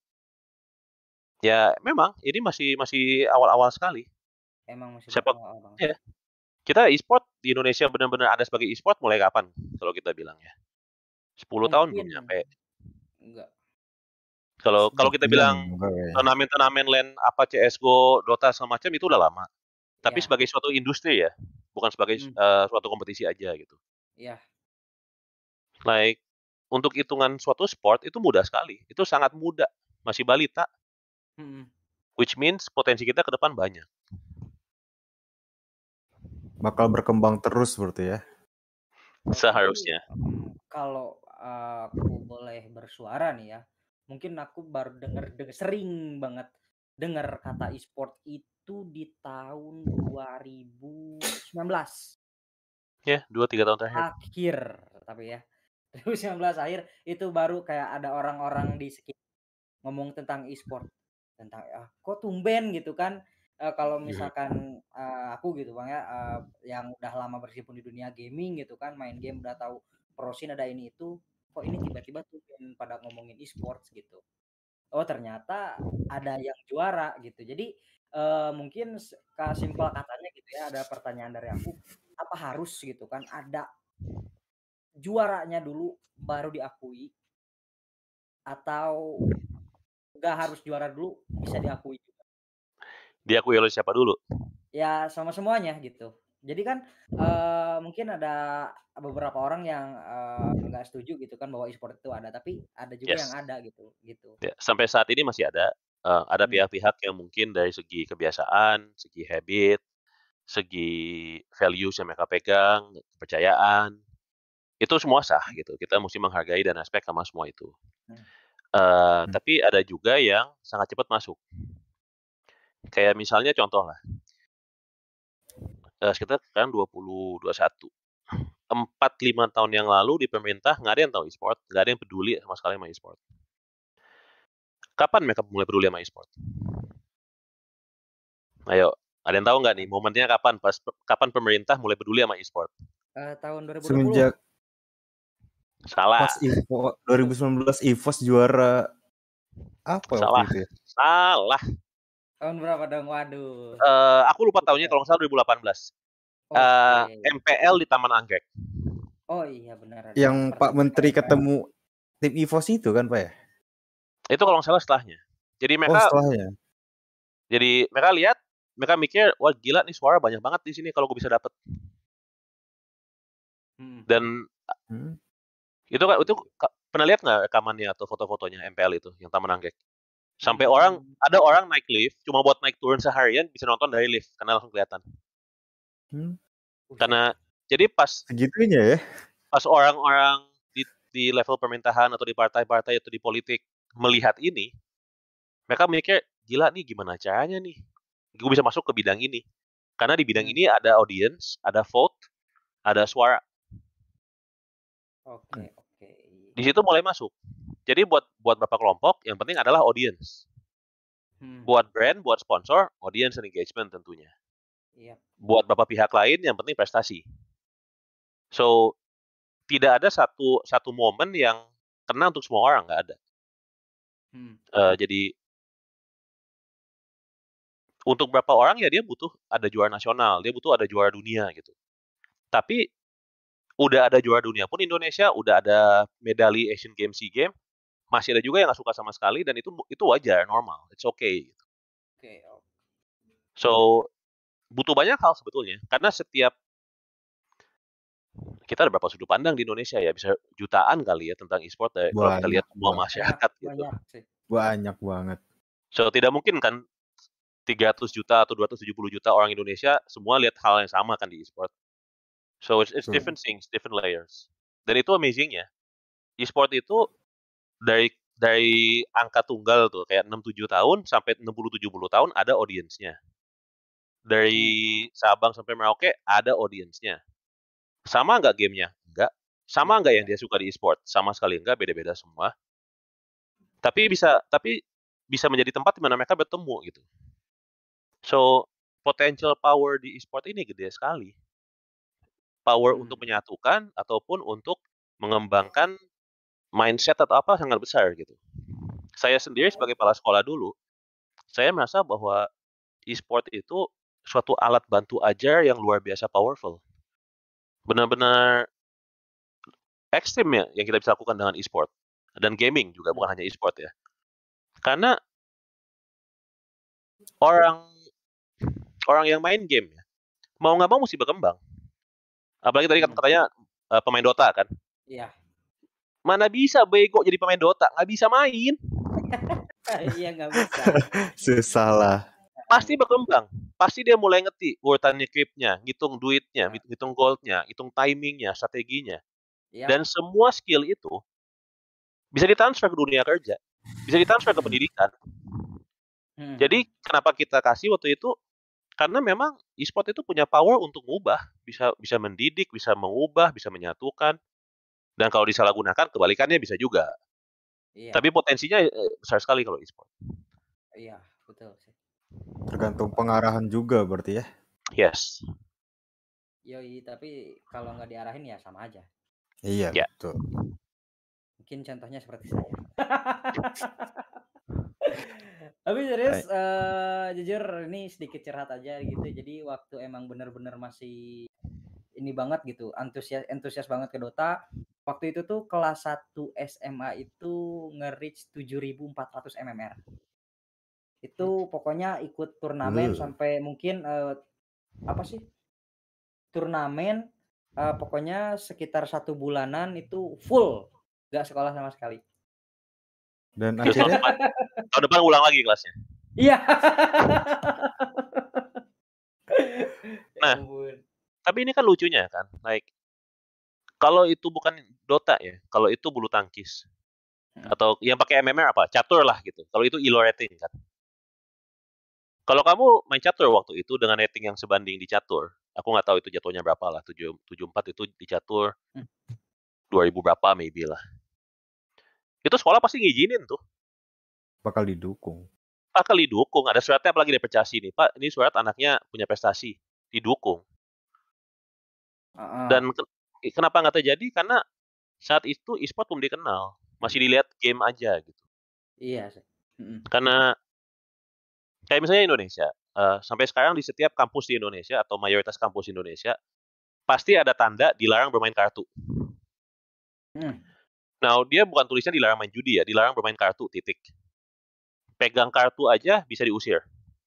ya memang ini masih awal-awal sekali. Emang masih Sepak awal banget. ya. Kita e-sport di Indonesia benar-benar ada sebagai e-sport mulai kapan kalau kita bilang ya? 10 tahun belum nyampe. Enggak. Kalau kita bilang turnamen LAN apa CS:GO, Dota segala macam itu udah lama. Tapi sebagai suatu industri ya, bukan sebagai suatu kompetisi aja gitu. Iya. Like untuk hitungan suatu sport itu mudah sekali. Itu sangat mudah, masih balita. Which means potensi kita ke depan banyak. Bakal berkembang terus berarti ya. Seharusnya. Kalau aku boleh bersuara nih ya, mungkin aku baru sering banget dengar kata e-sport itu di tahun 2019. Ya, 2-3 tahun terakhir. Akhir, tapi ya 2019 akhir itu baru kayak ada orang-orang di sekitar ngomong tentang e-sport, tentang kok tumben gitu kan. Kalau misalkan aku gitu Bang ya, yang udah lama berkecimpung di dunia gaming gitu kan, main game udah tahu pro scene ada ini itu, kok ini tiba-tiba tumben pada ngomongin e-sports gitu. Oh ternyata ada yang juara gitu. Jadi mungkin kasimpel katanya gitu ya, ada pertanyaan dari aku, apa harus gitu kan ada juaranya dulu baru diakui, atau nggak harus juara dulu bisa diakui juga? Diakui oleh siapa dulu? Ya sama semuanya gitu. Jadi kan mungkin ada beberapa orang yang nggak setuju gitu kan bahwa e-sport itu ada, tapi ada juga yang ada gitu. Ya, sampai saat ini masih ada. Ada pihak-pihak yang mungkin dari segi kebiasaan, segi habit, segi values yang mereka pegang, kepercayaan, itu semua sah gitu. Kita mesti menghargai dan respect sama semua itu. Tapi ada juga yang sangat cepat masuk. Kayak misalnya contoh lah, sekitar sekarang 2021. 4-5 tahun yang lalu di pemerintah nggak ada yang tahu e-sport, nggak ada yang peduli sama sekali sama e-sport. Kapan mereka mulai peduli sama e-sport? Ayo, ada yang tahu nggak nih momennya kapan pemerintah mulai peduli sama e-sport? Tahun 2020. Semenjak Salah. pas 2019 EVOS juara apa Salah. waktu itu ya? Salah. Tahun berapa dong? Waduh. Aku lupa tahunnya kalau nggak salah 2018. MPL di Taman Anggrek. Oh iya benar. Yang Pak Menteri ketemu tim EVOS itu kan Pak ya? Itu kalau nggak salah setelahnya. Jadi mereka setelahnya. Jadi mereka lihat, mereka mikir, wah gila nih suara banyak banget di sini kalau gue bisa dapet. Dan itu pernah lihat nggak rekamannya atau foto-fotonya MPL itu yang Taman Anggrek? Sampai ada orang naik lift cuma buat naik turun seharian bisa nonton dari lift karena langsung kelihatan. Karena jadi pas segitunya ya. Pas orang-orang di level pemerintahan atau di partai-partai atau di politik melihat ini, mereka mikir gila nih gimana caranya nih gue bisa masuk ke bidang ini. Karena di bidang ini ada audience, ada vote, ada suara. Oke. Di situ mulai masuk. Jadi buat beberapa kelompok yang penting adalah audience. Buat brand, buat sponsor, audience and engagement tentunya. Buat beberapa pihak lain yang penting prestasi. So tidak ada satu momen yang kena untuk semua orang, nggak ada. Jadi untuk beberapa orang ya dia butuh ada juara nasional, dia butuh ada juara dunia gitu. Tapi udah ada juara dunia pun Indonesia, udah ada medali Asian Games, SEA Games, masih ada juga yang nggak suka sama sekali dan itu wajar, normal, it's okay. Gitu. So butuh banyak hal sebetulnya, karena kita ada berapa sudut pandang di Indonesia ya, bisa jutaan kali ya tentang e-sport ya, kalau kita lihat semua masyarakat gitu. Banyak banget. So tidak mungkin kan 300 juta atau 270 juta orang Indonesia semua lihat hal yang sama kan di e-sport. So it's different things, different layers. Dan itu amazing-nya. E-sport itu dari angka tunggal tuh kayak 6-7 tahun sampai 60-70 tahun ada audiensnya. Dari Sabang sampai Merauke ada audiensnya. Sama nggak gamenya? Enggak. Sama nggak yang dia suka di e-sport? Sama sekali enggak, beda-beda semua. Tapi bisa menjadi tempat di mana mereka bertemu gitu. So potential power di e-sport ini gede sekali. Power untuk menyatukan ataupun untuk mengembangkan mindset atau apa sangat besar gitu. Saya sendiri sebagai kepala sekolah dulu, saya merasa bahwa e-sport itu suatu alat bantu ajar yang luar biasa powerful. Benar-benar ekstrim ya yang kita bisa lakukan dengan e-sport. Dan gaming juga, bukan hanya e-sport ya. Karena orang yang main game ya, mau nggak mau mesti berkembang. Apalagi tadi katanya pemain Dota kan. Iya. Mana bisa bego jadi pemain Dota, nggak bisa main. Iya nggak bisa. Susah lah. Pasti berkembang. Pasti dia mulai ngerti urutan equipnya, ngitung duitnya, ngitung goldnya, ngitung timingnya, strateginya. Dan semua skill itu bisa ditransfer ke dunia kerja, bisa ditransfer ke pendidikan. Jadi kenapa kita kasih waktu itu? Karena memang e-sport itu punya power untuk mengubah, bisa mendidik, bisa mengubah, bisa menyatukan. Dan kalau disalahgunakan, kebalikannya bisa juga. Iya. Tapi potensinya besar sekali kalau e-sport. Iya, betul sih. Tergantung pengarahan juga berarti ya. Yes. Yoi, tapi kalau nggak diarahin ya sama aja. Iya, betul. Mungkin contohnya seperti saya. Tapi serius, jujur ini sedikit curhat aja gitu. Jadi waktu emang bener-bener masih ini banget gitu, antusias banget ke Dota. Waktu itu tuh kelas 1 SMA itu nge-reach 7.400 MMR. Itu pokoknya ikut turnamen sampai mungkin turnamen pokoknya sekitar 1 bulanan itu full, gak sekolah sama sekali. Dan akhirnya tahun depan ulang lagi kelasnya. Iya. Nah, tapi ini kan lucunya kan, like kalau itu bukan Dota ya, kalau itu bulu tangkis atau yang pakai MMR apa, catur lah gitu. Kalau itu elo rating kan. Kalau kamu main catur waktu itu dengan rating yang sebanding di catur, aku nggak tahu itu jatuhnya berapa lah, 74 itu di catur, 2000 berapa maybe lah. Itu sekolah pasti ngizinin tuh. Bakal didukung. Bakal didukung, ada suratnya apalagi dari Percasi nih, Pak, ini surat anaknya punya prestasi, didukung. Dan kenapa nggak terjadi? Karena saat itu e-sport belum dikenal, masih dilihat game aja gitu. Iya sih. Karena kayak misalnya Indonesia, sampai sekarang di setiap kampus di Indonesia atau mayoritas kampus Indonesia pasti ada tanda dilarang bermain kartu. Nah, dia bukan tulisnya dilarang main judi ya, dilarang bermain kartu, titik. Pegang kartu aja bisa diusir.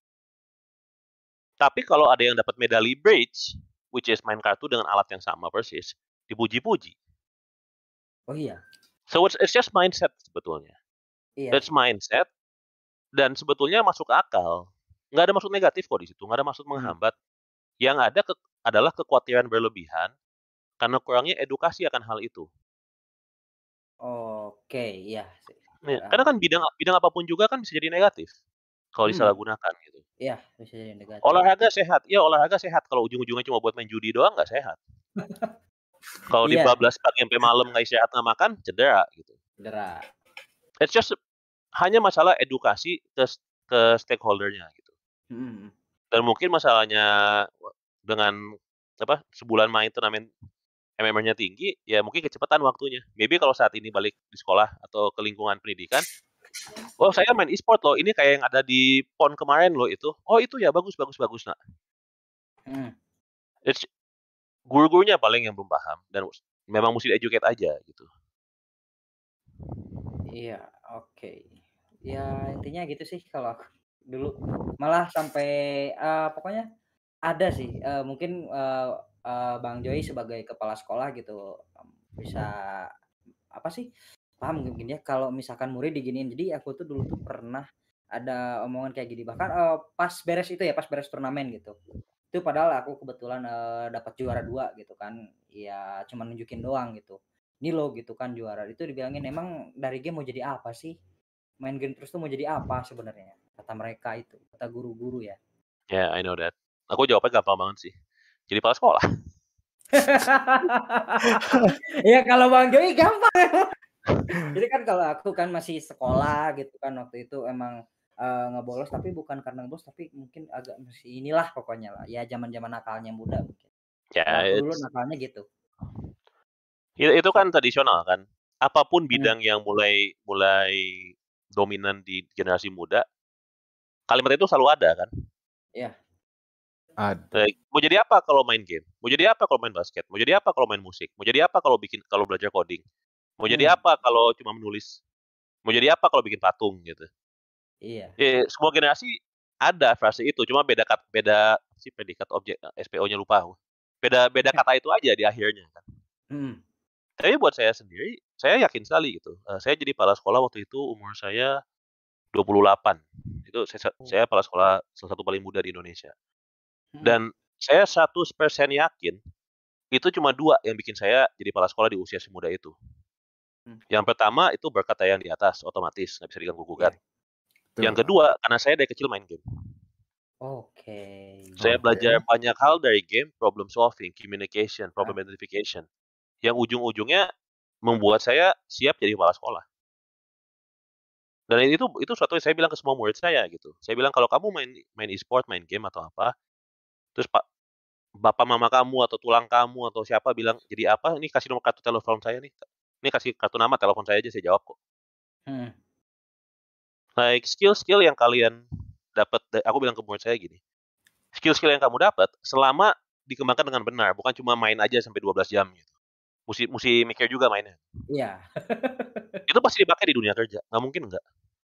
Tapi kalau ada yang dapat medali bridge, which is main kartu dengan alat yang sama persis, dipuji-puji. Oh iya. So it's just mindset sebetulnya. Iya. It's mindset dan sebetulnya masuk akal. Nggak ada maksud negatif kok di situ, nggak ada maksud menghambat. Yang ada adalah kekhawatiran berlebihan karena kurangnya edukasi akan hal itu. Oke, iya sih. Karena kan bidang apapun juga kan bisa jadi negatif kalau disalahgunakan gitu. Iya, bisa jadi negatif. Olahraga sehat, ya olahraga sehat. Kalau ujung-ujungnya cuma buat main judi doang nggak sehat. Kalau di bablas pagi sampai malam nggak istirahat nggak makan, cedera gitu. Cedera. It's just hanya masalah edukasi ke stakeholdernya gitu. Dan mungkin masalahnya dengan sebulan main turnamen MMR-nya tinggi, ya mungkin kecepatan waktunya. Maybe kalau saat ini balik di sekolah atau ke lingkungan pendidikan, oh saya main e-sport loh, ini kayak yang ada di PON kemarin loh itu. Oh itu ya bagus. Nah. It's guru-gurunya paling yang belum paham dan memang mesti educate aja gitu. Iya, oke. Ya intinya gitu sih kalau aku dulu. Malah sampai pokoknya ada sih mungkin Bang Joy sebagai kepala sekolah gitu bisa apa sih paham mungkin ya kalau misalkan murid diginiin. Jadi aku tuh dulu tuh pernah ada omongan kayak gini bahkan pas beres turnamen gitu. Itu padahal aku kebetulan dapat juara 2 gitu kan. Ya cuma nunjukin doang gitu. Ini loh gitu kan juara. Itu dibilangin emang dari game mau jadi apa sih? Main game terus tuh mau jadi apa sebenarnya? Kata mereka itu, kata guru-guru ya. Yeah, I know that. Aku jawabnya gampang banget sih. Jadi kepala sekolah. Ya kalau Bang Joy gampang. Jadi kan kalau aku kan masih sekolah gitu kan waktu itu emang ngebolos tapi bukan karena ngebolos tapi mungkin agak masih inilah pokoknya lah. Ya zaman-zaman nakalnya muda mungkin. Ya, aku dulu nakalnya gitu. Itu kan tradisional kan. Apapun bidang yang mulai dominan di generasi muda, kalimat itu selalu ada kan. Iya. Mau jadi apa kalau main game? Mau jadi apa kalau main basket? Mau jadi apa kalau main musik? Mau jadi apa kalau belajar coding? Mau jadi apa kalau cuma menulis? Mau jadi apa kalau bikin patung gitu? Iya. Semua generasi ada frase itu, cuma beda sih predikat objek SPO-nya lupa aku. Beda kata itu aja di akhirnya kan. Tapi buat saya sendiri, saya yakin sekali gitu. Saya jadi kepala sekolah waktu itu umur saya 28. Itu saya kepala sekolah salah satu paling muda di Indonesia. Dan saya 100% yakin itu cuma 2 yang bikin saya jadi kepala sekolah di usia semuda itu. Yang pertama itu berkat yang di atas, otomatis nggak bisa diganggu gugat. Yang kedua karena saya dari kecil main game. Saya belajar banyak hal dari game, problem solving, communication, problem identification. Yang ujung-ujungnya membuat saya siap jadi kepala sekolah. Dan itu suatu yang saya bilang ke semua murid saya gitu. Saya bilang kalau kamu main e-sport, main game atau apa, terus bapak mama kamu atau tulang kamu atau siapa bilang jadi apa, ini kasih nomor kartu telepon saya nih. Ini kasih kartu nama telepon saya aja, saya jawab kok. Like skill-skill yang kalian dapat, aku bilang ke murid saya gini. Skill-skill yang kamu dapat selama dikembangkan dengan benar, bukan cuma main aja sampai 12 jam gitu. Mesti mikir juga mainnya. Iya. Itu pasti dipakai di dunia kerja, nggak mungkin nggak.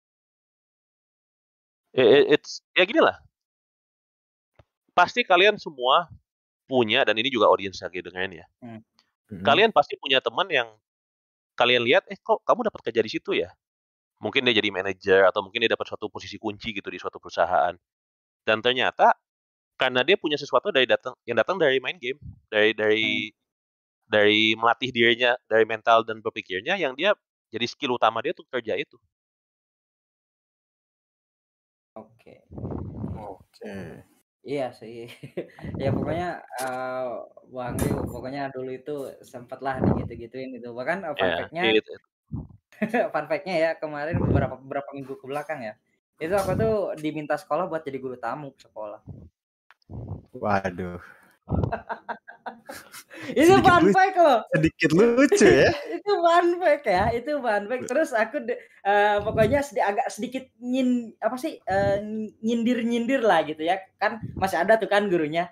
Ya gini lah. Pasti kalian semua punya, dan ini juga audiens lagi dengerin ya. Kalian pasti punya teman yang kalian lihat, kok kamu dapat kerja di situ ya? Mungkin dia jadi manajer atau mungkin dia dapat suatu posisi kunci gitu di suatu perusahaan. Dan ternyata karena dia punya sesuatu yang datang dari main game, dari melatih dirinya, dari mental dan berpikirnya yang dia jadi skill utama dia untuk kerja itu. Oke. Iya sih. Ya pokoknya Bang Rio, pokoknya dulu itu sempatlah digitu-gituin gitu. Bahkan fun fact-nya fun fact-nya ya kemarin beberapa minggu ke belakang ya. Itu aku tuh diminta sekolah buat jadi guru tamu sekolah. Waduh. Itu fun fact loh. Sedikit lucu ya. Itu fun fact ya, itu fun fact. Terus aku pokoknya agak sedikit nyindir-nyindir lah gitu ya. Kan masih ada tuh kan gurunya.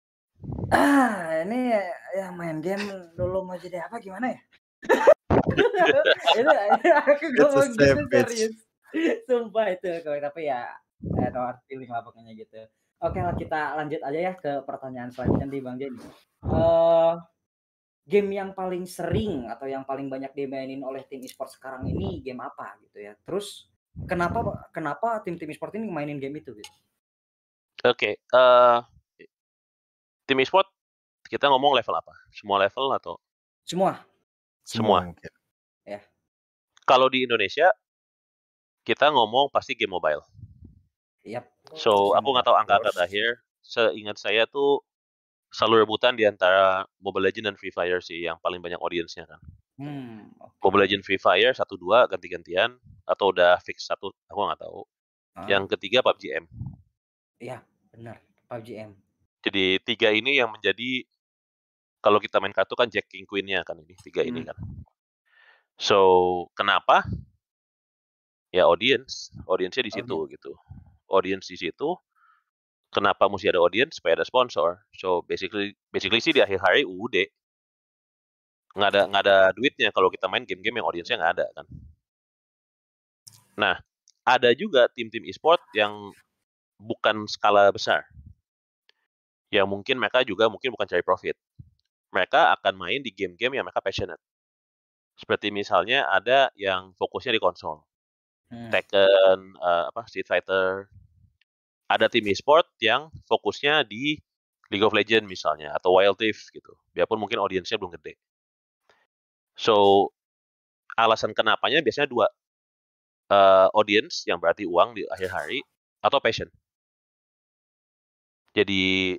Ini yang main game dulu mau jadi apa gimana ya? itu aku ngomong gitu serius. Sumpah itu, tapi ya no hard feeling lah pokoknya gitu. Oke lah, kita lanjut aja ya ke pertanyaan selanjutnya di Bang Jenny. Game yang paling sering atau yang paling banyak dimainin oleh tim e-sport sekarang ini game apa gitu ya? Terus kenapa tim-tim e-sport ini mainin game itu gitu? Oke, tim e-sport kita ngomong level apa? Semua level atau? Semua. Mungkin. Ya. Kalau di Indonesia kita ngomong pasti game mobile. Yap. So aku nggak tahu angka terakhir. Seingat saya tuh selalu rebutan di antara Mobile Legends dan Free Fire sih yang paling banyak audiensnya kan. Okay. Mobile Legends, Free Fire 1-2 ganti-gantian atau udah fix satu, aku nggak tahu. Yang ketiga PUBG M. Iya, benar, PUBG M. Jadi 3 ini yang menjadi kalau kita main kartu kan Jack King Queen-nya kan ini 3 ini kan. So kenapa? Ya audiensnya di situ gitu. Audience di situ. Kenapa mesti ada audience? Supaya ada sponsor. So basically sih di akhir hari UUD nggak ada duitnya kalau kita main game-game yang audiensnya nggak ada kan. Nah, ada juga tim-tim e-sport yang bukan skala besar. Yang mungkin mereka juga bukan cari profit. Mereka akan main di game-game yang mereka passionate. Seperti misalnya ada yang fokusnya di konsol. Tekken, Street Fighter. Ada tim e-sport yang fokusnya di League of Legends misalnya atau Wild Rift gitu. Biarpun mungkin audiensnya belum gede. So alasan kenapanya biasanya 2. Audience yang berarti uang di akhir hari atau passion. Jadi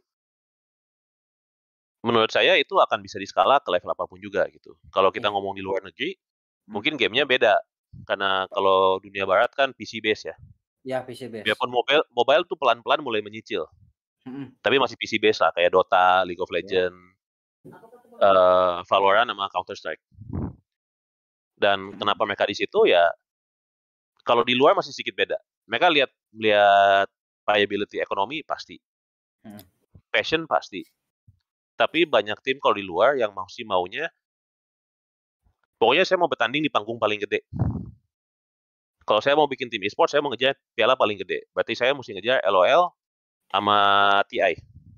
menurut saya itu akan bisa diskala ke level apapun juga gitu. Kalau kita ngomong di luar negeri, mungkin gamenya beda. Karena kalau dunia barat kan PC base ya. Ya, PC base. Biarpun mobile tuh pelan-pelan mulai menyicil. Tapi masih PC base lah, kayak Dota, League of Legends, Valorant sama Counter Strike. Dan kenapa mereka di situ ya? Kalau di luar masih sedikit beda. Mereka lihat viability ekonomi pasti, passion pasti. Tapi banyak tim kalau di luar yang masih maunya, pokoknya saya mau bertanding di panggung paling gede. Kalau saya mau bikin tim e-sport, saya mau ngejar piala paling gede. Berarti saya mesti ngejar LOL sama TI.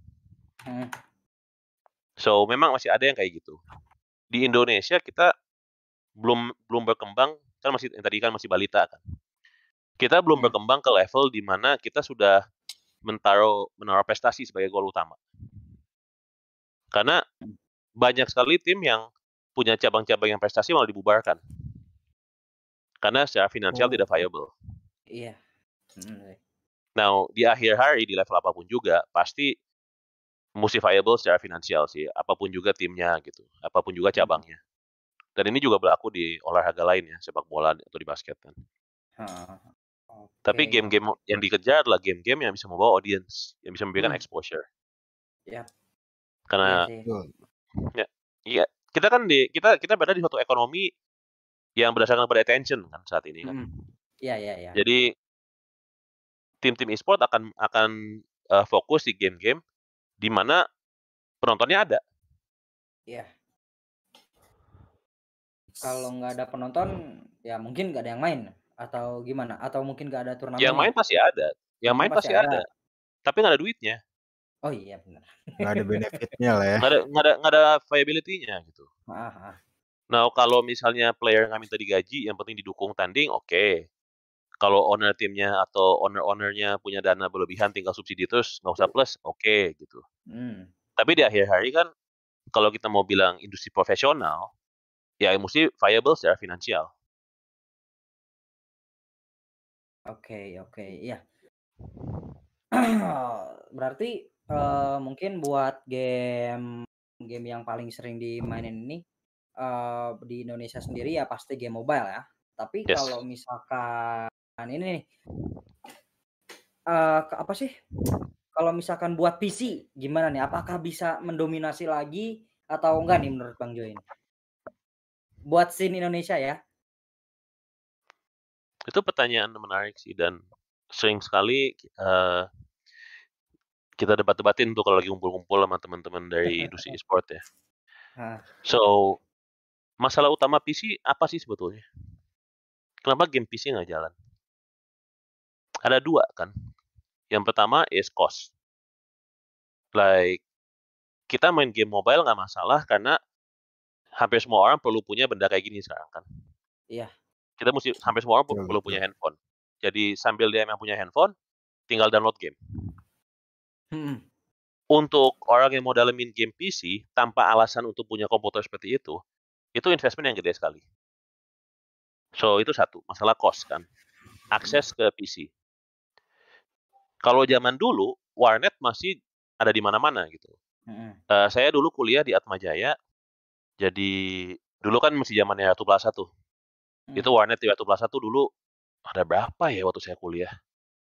So memang masih ada yang kayak gitu. Di Indonesia kita belum berkembang, kan tadi masih balita kan. Kita belum berkembang ke level di mana kita sudah menaruh prestasi sebagai goal utama. Karena banyak sekali tim yang punya cabang-cabang yang prestasi malah dibubarkan. Karena secara finansial tidak viable. Iya. Nah, di akhir hari di level apapun juga pasti mesti viable secara finansial sih, apapun juga timnya gitu, apapun juga cabangnya. Dan ini juga berlaku di olahraga lain ya, sepak bola atau di basket kan. Tapi game-game yang dikejar adalah game-game yang bisa membawa audience, yang bisa memberikan exposure. Iya. Karena ya, kita kan kita berada di suatu ekonomi yang berdasarkan pada attention kan saat ini kan. Iya. Jadi tim-tim e-sport akan fokus di game-game di mana penontonnya ada. Iya. Kalau nggak ada penonton, ya mungkin nggak ada yang main atau gimana? Atau mungkin nggak ada turnamen? Yang main pasti ada. Yang main pasti ada. Tapi nggak ada duitnya. Oh iya benar. Nggak ada benefitnya lah ya. Nggak ada viability-nya gitu. Nah kalau misalnya player nggak minta digaji, yang penting didukung tanding, oke. Kalau owner timnya atau owner-ownernya punya dana berlebihan, tinggal subsidi terus, nggak usah plus, oke gitu. Tapi di akhir hari kan, kalau kita mau bilang industri profesional, ya mesti viable secara finansial. Oke, iya. Berarti mungkin buat game yang paling sering dimainin ini di Indonesia sendiri ya pasti game mobile ya. Tapi kalau misalkan ini nih, apa sih, kalau misalkan buat PC gimana nih? Apakah bisa mendominasi lagi atau enggak nih menurut Bang Jo ini? Buat scene Indonesia ya? Itu pertanyaan menarik sih dan sering sekali kita debat-debatin tuh kalau lagi ngumpul-ngumpul sama teman-teman dari industri e-sport ya. Heeh. So, masalah utama PC apa sih sebetulnya? Kenapa game PC nggak jalan? Ada dua kan. Yang pertama is cost. Like, kita main game mobile nggak masalah karena hampir semua orang perlu punya benda kayak gini sekarang kan. Iya. Kita mesti hampir semua orang Betul, perlu betul. punya handphone. Jadi sambil dia yang punya handphone, tinggal download game. Mhm. Untuk orang yang mau dalemin game PC tanpa alasan untuk punya komputer seperti itu investment yang gede sekali. So, itu satu, masalah cost kan. Akses ke PC. Kalau zaman dulu, warnet masih ada di mana-mana gitu. Mhm. Saya dulu kuliah di Atmajaya, jadi dulu kan masih zamannya Ratu Plaza tuh. Itu warnet di Ratu Plaza tuh dulu ada berapa ya waktu saya kuliah?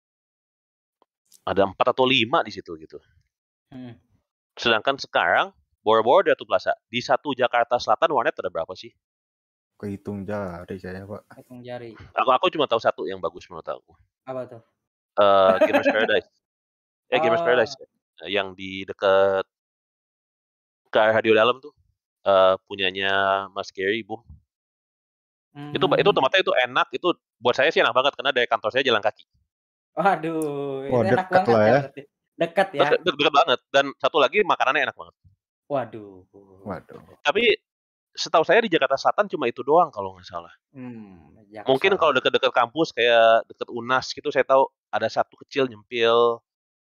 Ada 4 atau 5 di situ gitu. Mhm. Sedangkan sekarang, boro-boro di Ratu Plaza. Di satu Jakarta Selatan warnet ada berapa sih? Kehitung jari kayaknya, Pak. Hitung jari. Aku cuma tahu satu yang bagus menurut aku. Apa tuh? Gamers Paradise. Gamers Oh. Paradise. Yang di dekat ke arah radio dalam tuh. Punyanya Mas Gary, Boom. Itu tempatnya itu enak, itu buat saya sih enak banget karena dari kantor saya jalan kaki. Waduh, Oh, itu enak dekat banget lah ya ya. berarti? Dekat ya? Deket banget dan satu lagi makanannya enak banget. Waduh. Waduh. Tapi setahu saya di Jakarta Selatan cuma itu doang kalau nggak salah. Mungkin Jaksel. kalau deket-deket kampus kayak deket UNAS gitu saya tahu ada satu kecil nyempil,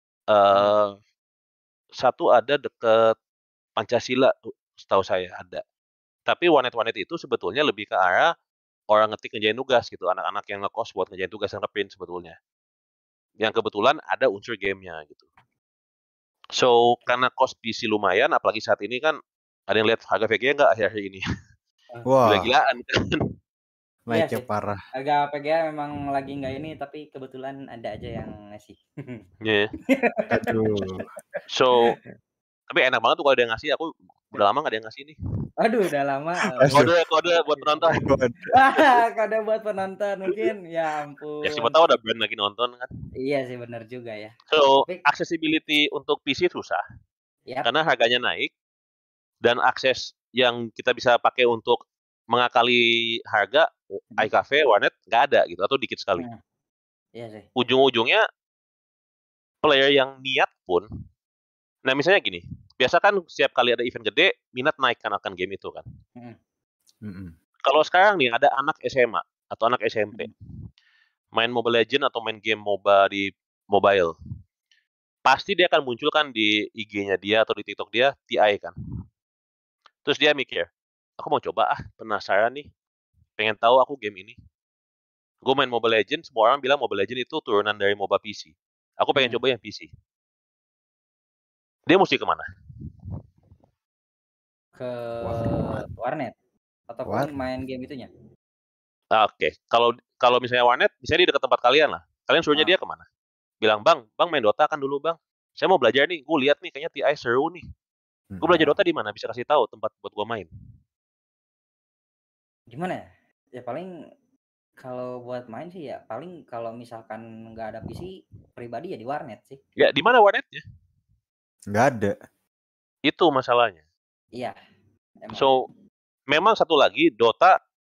satu ada deket Pancasila tuh setahu saya ada. Tapi warnet-warnet itu sebetulnya lebih ke arah orang ngetik ngerjain tugas gitu, anak-anak yang ngekos buat ngerjain tugas dan ngeprint sebetulnya. Yang kebetulan ada unsur gamenya gitu. So, karena cost PC lumayan, apalagi saat ini kan ada yang lihat harga VGA nggak akhir-akhir ini? Wah, Gila-gilaan kan. Iya naiknya sih. parah. Harga PGA memang lagi nggak ini, tapi kebetulan ada aja yang ngasih. Yeah. Aduh. So, tapi enak banget tuh kalau ada yang ngasih. Aku udah lama nggak ada yang ngasih nih. Aduh, udah lama. Kode buat penonton. Kode buat penonton mungkin. Ya Ya siapa ampun. tahu ada brand lagi nonton kan. Iya sih, benar juga ya. So, Tapi, accessibility untuk PC susah. yap. Karena harganya naik. Dan akses yang kita bisa pakai untuk mengakali harga, iCafe, warnet, nggak ada gitu. Atau dikit sekali. Iya sih. Ujung-ujungnya, player yang niat pun, nah misalnya gini, biasa kan setiap kali ada event gede, minat naik kan akan game itu kan. Kalau sekarang nih ada anak SMA atau anak SMP, main Mobile Legends atau main game MOBA di mobile, pasti dia akan muncul kan di IG-nya dia atau di TikTok dia, TI kan. Terus dia mikir, aku mau coba penasaran nih, pengen tahu aku game ini. Gue main Mobile Legends, semua orang bilang Mobile Legends itu turunan dari MOBA PC. Aku pengen coba yang PC. Dia mesti kemana? Ke warnet ataupun main game itunya. Oke. Kalau misalnya warnet, misalnya di dekat tempat kalian lah. Kalian suruhnya dia kemana? Bilang, bang main Dota kan dulu bang. Saya mau belajar nih, gue lihat nih kayaknya TI seru nih. Gue belajar Dota di mana? Bisa kasih tahu tempat buat gue main. Gimana ya? Ya paling kalau buat main sih ya paling kalau misalkan nggak ada PC pribadi ya di warnet sih. Ya di mana warnetnya? Nggak ada. Itu masalahnya. Iya. Emang. So memang satu lagi Dota.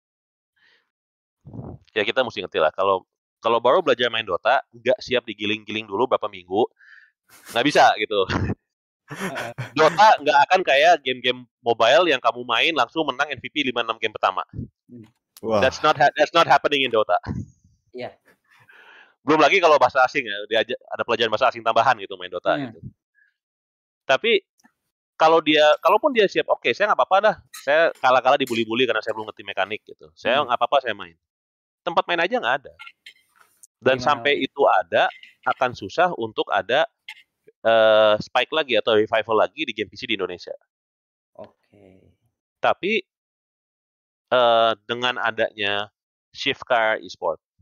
Ya kita mesti ngerti lah. Kalau baru belajar main Dota, nggak siap digiling-giling dulu berapa minggu, nggak bisa gitu. Dota nggak akan kayak game-game mobile yang kamu main langsung menang MVP 5-6 game pertama. Wah. That's not happening in Dota. Iya. Belum lagi kalau bahasa asing ya, ada pelajaran bahasa asing tambahan gitu main Dota gitu. Tapi kalaupun dia siap, oke, saya nggak apa-apa dah. Saya kalah-kalah dibully-bully karena saya belum ngerti mekanik gitu. Saya nggak apa-apa, saya main. Tempat main aja nggak ada. Dan sampai itu ada, akan susah untuk ada spike lagi atau revival lagi di game PC di Indonesia. Oke. Tapi dengan adanya shift ke e-sport,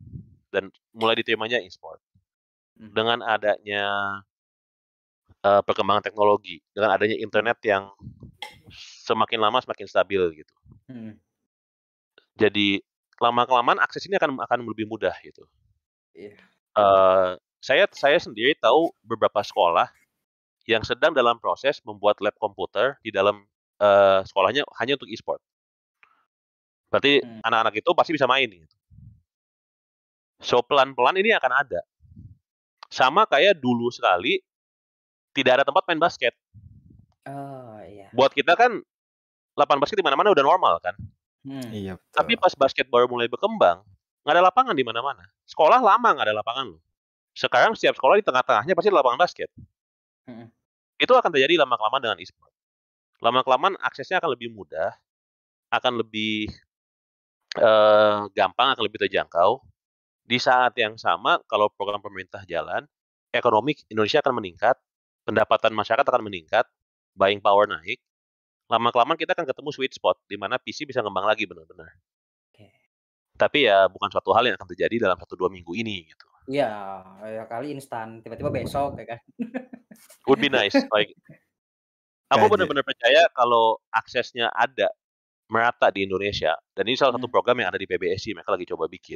dan mulai diterimanya e-sport. Hmm. Dengan adanya perkembangan teknologi, dengan adanya internet yang semakin lama semakin stabil gitu. Hmm. Jadi lama-kelamaan akses ini akan lebih mudah gitu. Iya. Saya sendiri tahu beberapa sekolah yang sedang dalam proses membuat lab komputer di dalam sekolahnya hanya untuk e-sport. Berarti anak-anak itu pasti bisa main gitu. So pelan-pelan ini akan ada. Sama kayak dulu sekali tidak ada tempat main basket. Oh iya. Buat kita kan lapangan basket di mana-mana udah normal kan. Iya betul. Tapi pas basket baru mulai berkembang, nggak ada lapangan di mana-mana. Sekolah lama nggak ada lapangan loh. Sekarang setiap sekolah di tengah-tengahnya pasti ada lapangan basket. Itu akan terjadi lama-kelamaan dengan e-sport. Lama-kelamaan aksesnya akan lebih mudah, akan lebih gampang, akan lebih terjangkau. Di saat yang sama, kalau program pemerintah jalan, ekonomi Indonesia akan meningkat, pendapatan masyarakat akan meningkat, buying power naik. Lama-kelamaan kita akan ketemu sweet spot, di mana PC bisa ngembang lagi benar-benar. Tapi ya bukan suatu hal yang akan terjadi dalam 1-2 minggu ini gitu. Iya, ya kali instan, tiba-tiba besok ya kan. Would be nice. Like, aku benar-benar percaya kalau aksesnya ada merata di Indonesia, dan ini salah satu program yang ada di PBSI, mereka lagi coba bikin.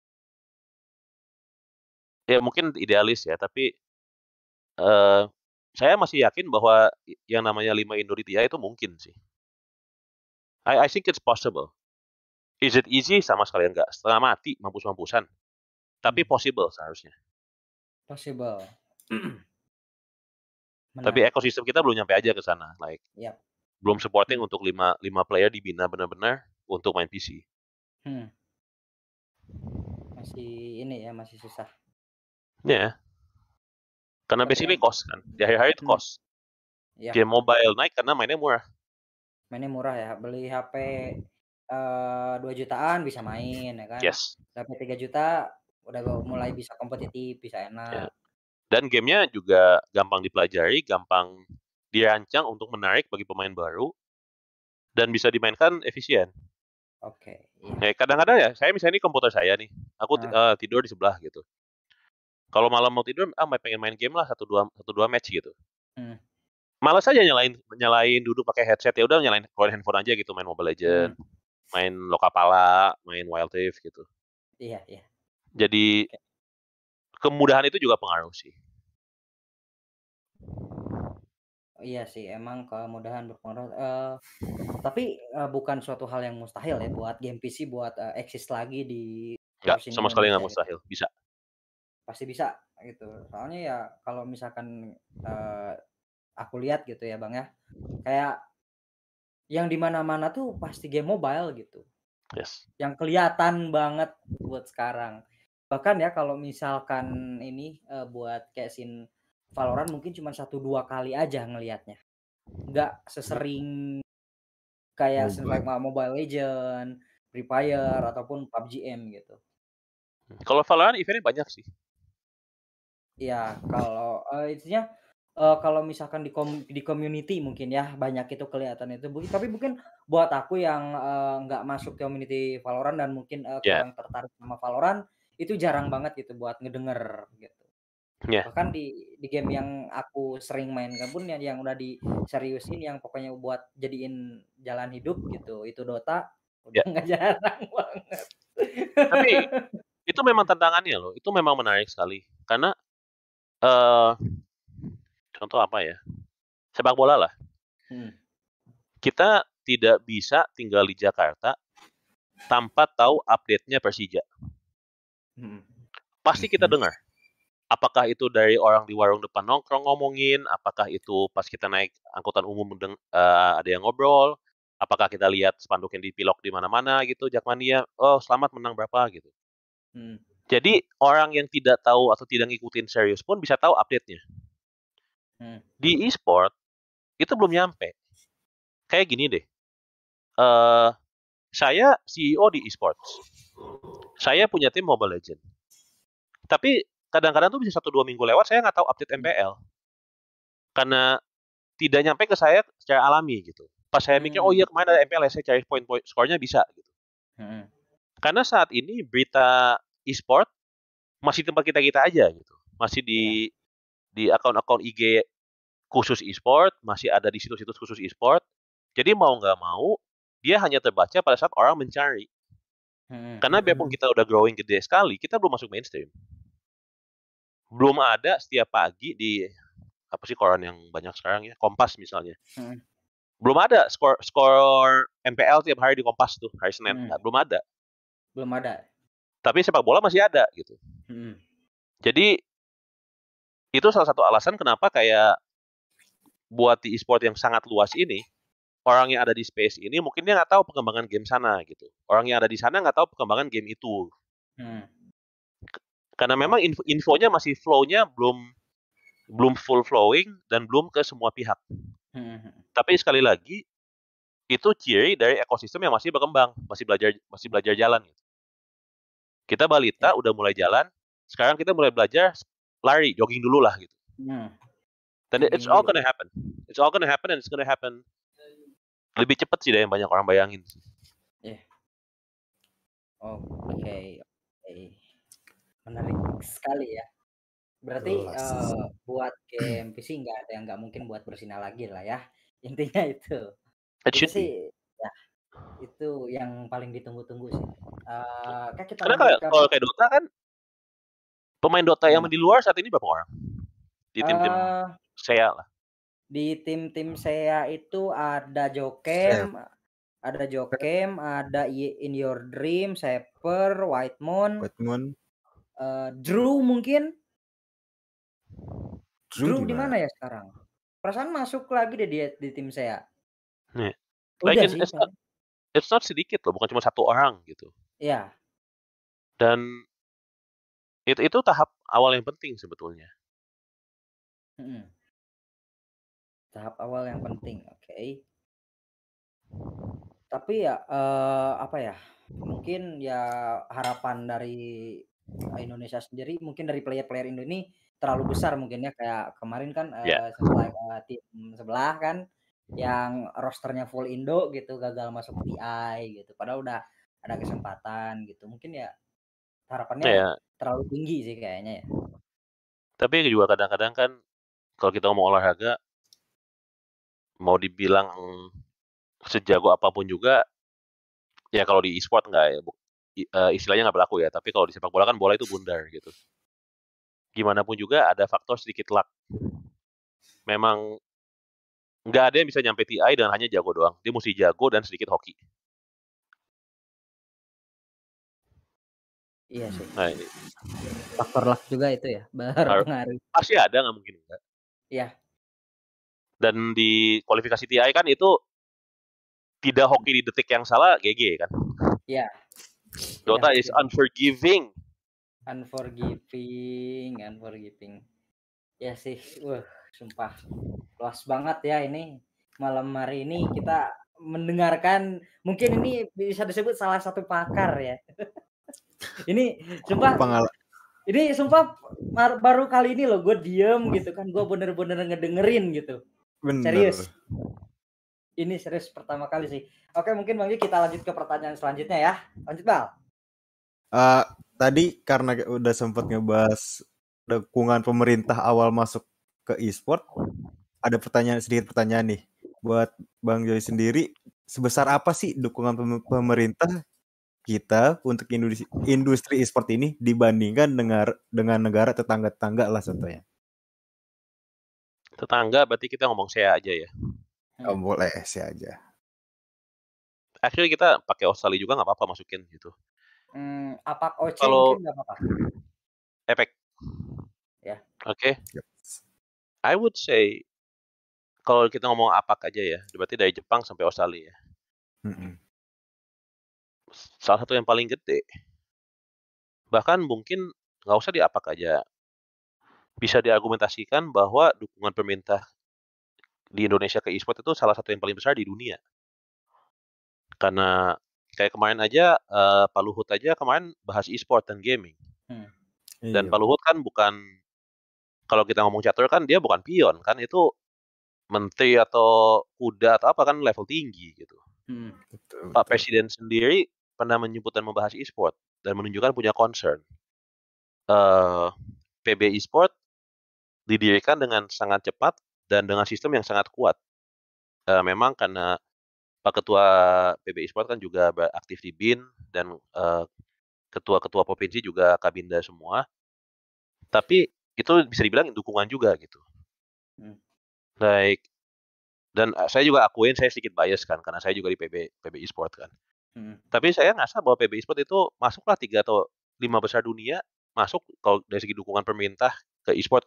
Ya mungkin idealis ya, tapi saya masih yakin bahwa yang namanya 5 Indo di TIA itu mungkin sih. I think it's possible. Is it easy? Sama sekali enggak. Setengah mati, mampus-mampusan. Tapi possible seharusnya. Possible. Tapi ekosistem kita belum nyampe aja ke sana. Like, belum supporting untuk 5 player dibina benar-benar untuk main PC. Masih ini ya, masih susah. Ya. Karena basically cost kan. Di akhir-akhir itu cost. Game mobile naik karena mainnya murah. Mainnya murah ya. Beli HP 2 jutaan bisa main ya kan. Yes. HP 3 juta udah mulai bisa kompetitif, bisa enak. Dan gamenya juga gampang dipelajari, gampang dirancang untuk menarik bagi pemain baru, dan bisa dimainkan efisien. Oke. Kadang-kadang ya, saya misalnya ini komputer saya nih, aku tidur di sebelah gitu. Kalau malam mau tidur, pengen main game lah 1-2 match gitu. Malas aja nyalain duduk pakai headset, ya udah keluarin handphone aja gitu, main Mobile Legends, main Lokapala, main Wild Rift gitu. Iya. Jadi kemudahan itu juga pengaruh sih. Iya sih, emang kemudahan berpengaruh. Tapi bukan suatu hal yang mustahil ya buat game PC buat eksis lagi di Nggak, sama sekali nggak mustahil. Bisa. Pasti bisa gitu. Soalnya ya kalau misalkan aku lihat gitu ya Bang ya, kayak yang di mana-mana tuh pasti game mobile gitu. Yes. Yang kelihatan banget buat sekarang. Bahkan ya kalau misalkan ini buat kayak scene Valorant mungkin cuma 1-2 kali aja ngelihatnya. Nggak sesering kayak Mobile Legends, Free Fire ataupun PUBG M gitu. Kalau Valorant eventnya banyak sih. Iya, kalau intinya kalau misalkan di community mungkin ya banyak itu kelihatan itu. Tapi mungkin buat aku yang nggak masuk community Valorant dan mungkin kurang tertarik sama Valorant, itu jarang banget gitu buat ngedenger gitu. Bahkan di game yang aku sering mainkan pun yang udah diseriusin, yang pokoknya buat jadiin jalan hidup gitu, itu Dota, udah nggak jarang banget. Tapi itu memang tantangannya loh, itu memang menarik sekali. Karena contoh apa ya? Sepak bola lah. Kita tidak bisa tinggal di Jakarta tanpa tahu update-nya Persija. Pasti kita dengar. Apakah itu dari orang di warung depan nongkrong ngomongin, apakah itu pas kita naik angkutan umum ada yang ngobrol, apakah kita lihat spanduk yang dipilok di mana-mana gitu, Jakmania, oh selamat menang berapa gitu. Jadi orang yang tidak tahu atau tidak ngikutin serius pun bisa tahu update-nya. Di e-sport itu belum nyampe. Kayak gini deh. Saya CEO di e-sports. Saya punya tim Mobile Legends. Tapi kadang-kadang tuh bisa 1-2 minggu lewat saya nggak tahu update MPL. Karena tidak nyampe ke saya secara alami gitu. Pas saya mikir, oh iya kemarin ada MPL, saya cari poin-poin skornya bisa gitu. Karena saat ini berita e-sport masih tempat kita aja gitu. Masih Iya. di akun-akun IG khusus e-sport, masih ada di situs-situs khusus e-sport. Jadi mau nggak mau, dia hanya terbaca pada saat orang mencari. Karena biarpun kita udah growing gede sekali, kita belum masuk mainstream. Belum ada setiap pagi di apa sih koran yang banyak sekarang ya, Kompas misalnya. Belum ada skor MPL tiap hari di Kompas tuh, hari Senin. Nggak, belum ada. Belum ada. Tapi sepak bola masih ada gitu. Jadi itu salah satu alasan kenapa kayak buat di e-sport yang sangat luas ini, orang yang ada di space ini mungkin dia nggak tahu perkembangan game sana gitu. Orang yang ada di sana nggak tahu perkembangan game itu. Karena memang infonya masih flow-nya belum full flowing dan belum ke semua pihak. Tapi sekali lagi itu ciri dari ekosistem yang masih berkembang, masih belajar jalan gitu. Kita balita udah mulai jalan, sekarang kita mulai belajar lari, jogging dulu lah gitu. Dan it's all gonna happen. It's all gonna happen and it's gonna happen lebih cepat sih dari yang banyak orang bayangin. Oke. Menarik sekali ya. Berarti buat game PC nggak mungkin buat bersinar lagi lah ya. Intinya itu. Itu sih ya, itu yang paling ditunggu-tunggu sih. Karena kalau kayak Dota kan, pemain Dota yang di luar saat ini berapa orang? Di tim-tim SEA lah. Di tim-tim SEA itu ada Jokem, ada In Your Dream, Saper, Whitemon, Drew mungkin. Drew di mana ya sekarang? Perasaan masuk lagi deh di tim SEA. Udah sih. It's not sedikit loh, bukan cuma satu orang gitu. Iya. Dan itu tahap awal yang penting sebetulnya. Tahap awal yang penting, oke. Tapi ya apa ya? Mungkin ya harapan dari Indonesia sendiri, mungkin dari player-player Indo ini terlalu besar mungkin ya, kayak kemarin kan setelah tim sebelah kan yang rosternya full Indo gitu gagal masuk TI gitu. Padahal udah ada kesempatan gitu. Mungkin ya harapannya terlalu tinggi sih kayaknya ya. Tapi juga kadang-kadang kan kalau kita ngomong olahraga, mau dibilang sejago apapun juga, ya kalau di e-sport nggak ya, istilahnya nggak berlaku ya. Tapi kalau di sepak bola kan bola itu bundar gitu. Gimana pun juga ada faktor sedikit luck. Memang nggak ada yang bisa nyampe TI dengan hanya jago doang. Dia mesti jago dan sedikit hoki. Iya sih. Nah, ini. Faktor luck juga itu ya, berpengaruh. Pasti ada, nggak mungkin enggak. Iya. Dan di kualifikasi TI kan itu tidak hoki di detik yang salah, GG kan? Iya. Dota is unforgiving. Unforgiving. Ya sih, sumpah luas banget ya ini. Malam hari ini kita mendengarkan, mungkin ini bisa disebut salah satu pakar ya. Ini sumpah baru kali ini loh gue diem gitu kan, gue bener-bener ngedengerin gitu. Serius. Ini serius pertama kali sih. Oke, mungkin Bang Ji kita lanjut ke pertanyaan selanjutnya ya. Lanjut, Bal. Tadi karena udah sempat ngebahas dukungan pemerintah awal masuk ke e-sport, ada sedikit pertanyaan nih buat Bang Joy sendiri. Sebesar apa sih dukungan pemerintah kita untuk industri e-sport ini dibandingkan dengan negara tetangga-tetangga lah contohnya? Tetangga berarti kita ngomong SEA aja ya? Boleh SEA aja. Actually kita pakai Australia juga nggak apa-apa masukin gitu. Apa OC mungkin nggak apa-apa? Epic. Ya. Oke. I would say kalau kita ngomong APAC aja ya, berarti dari Jepang sampai Australia. Salah satu yang paling gede. Bahkan mungkin nggak usah di APAC aja. Bisa diargumentasikan bahwa dukungan pemerintah di Indonesia ke e-sport itu salah satu yang paling besar di dunia. Karena kayak kemarin aja, Pak Luhut aja kemarin bahas e-sport dan gaming. Dan Pak Luhut kan bukan, kalau kita ngomong catur kan dia bukan pion kan, itu menteri atau kuda atau apa kan level tinggi gitu. Pak Presiden sendiri pernah menyebut dan membahas e-sport dan menunjukkan punya concern. PB Esport didirikan dengan sangat cepat dan dengan sistem yang sangat kuat. Memang karena Pak Ketua PB Esport kan juga aktif di BIN dan ketua-ketua provinsi juga Kabinda semua. Tapi itu bisa dibilang dukungan juga gitu. Like, dan saya juga akuin saya sedikit bias kan karena saya juga di PB Esport kan. Tapi saya ngerasa bahwa PB Esport itu masuklah 3 atau 5 besar dunia masuk kalau dari segi dukungan pemerintah ke e-sport.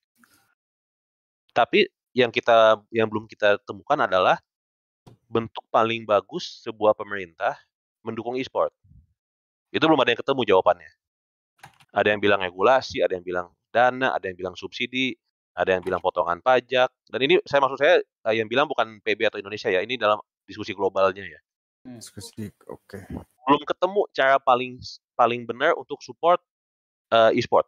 Tapi yang belum kita temukan adalah bentuk paling bagus sebuah pemerintah mendukung e-sport. Itu belum ada yang ketemu jawabannya. Ada yang bilang regulasi, ada yang bilang dana, ada yang bilang subsidi, ada yang bilang potongan pajak. Dan ini maksud saya yang bilang bukan PB atau Indonesia ya, ini dalam diskusi globalnya ya. Diskusi, oke. Belum ketemu cara paling benar untuk support e-sport.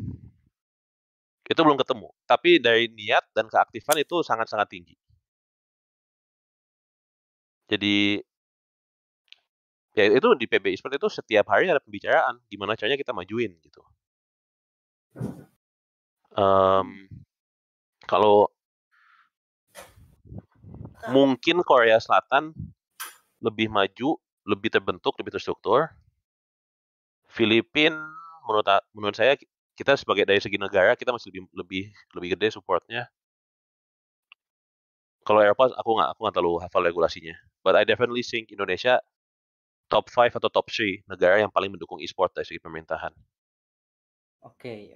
Itu belum ketemu. Tapi dari niat dan keaktifan itu sangat-sangat tinggi. Jadi ya itu di PB Esport itu setiap hari ada pembicaraan gimana caranya kita majuin gitu. Kalau mungkin Korea Selatan lebih maju, lebih terbentuk, lebih terstruktur. Filipina menurut saya kita sebagai dari segi negara kita masih lebih gede supportnya. Kalau Eropa aku nggak terlalu hafal regulasinya. But I definitely think Indonesia top 5 atau top 3 negara yang paling mendukung e-sport dari segi pemerintahan. Oke.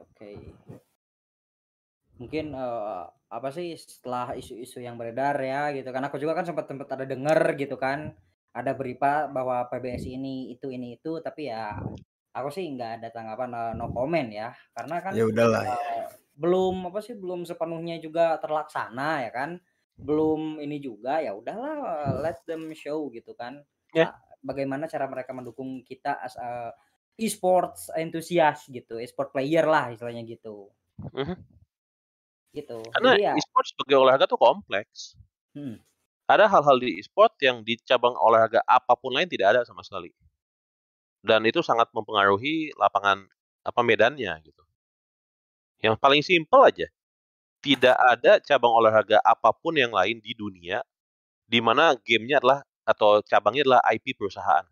Mungkin apa sih setelah isu-isu yang beredar ya gitu kan, aku juga kan sempat ada denger gitu kan, ada berita bahwa PBSI ini itu, tapi ya aku sih nggak ada tanggapan, no comment ya, karena kan Ya udahlah. belum sepenuhnya juga terlaksana ya kan, belum ini juga, ya udahlah let them show gitu kan. Yeah. Bagaimana cara mereka mendukung kita as a e-sports enthusiast gitu, e-sport player lah istilahnya gitu. Gitu. Karena Jadi ya e-sport sebagai olahraga tuh kompleks. Ada hal-hal di e-sport yang di cabang olahraga apapun lain tidak ada sama sekali. Dan itu sangat mempengaruhi lapangan medannya gitu. Yang paling simpel aja, tidak ada cabang olahraga apapun yang lain di dunia di mana gamenya adalah atau cabangnya adalah IP perusahaan.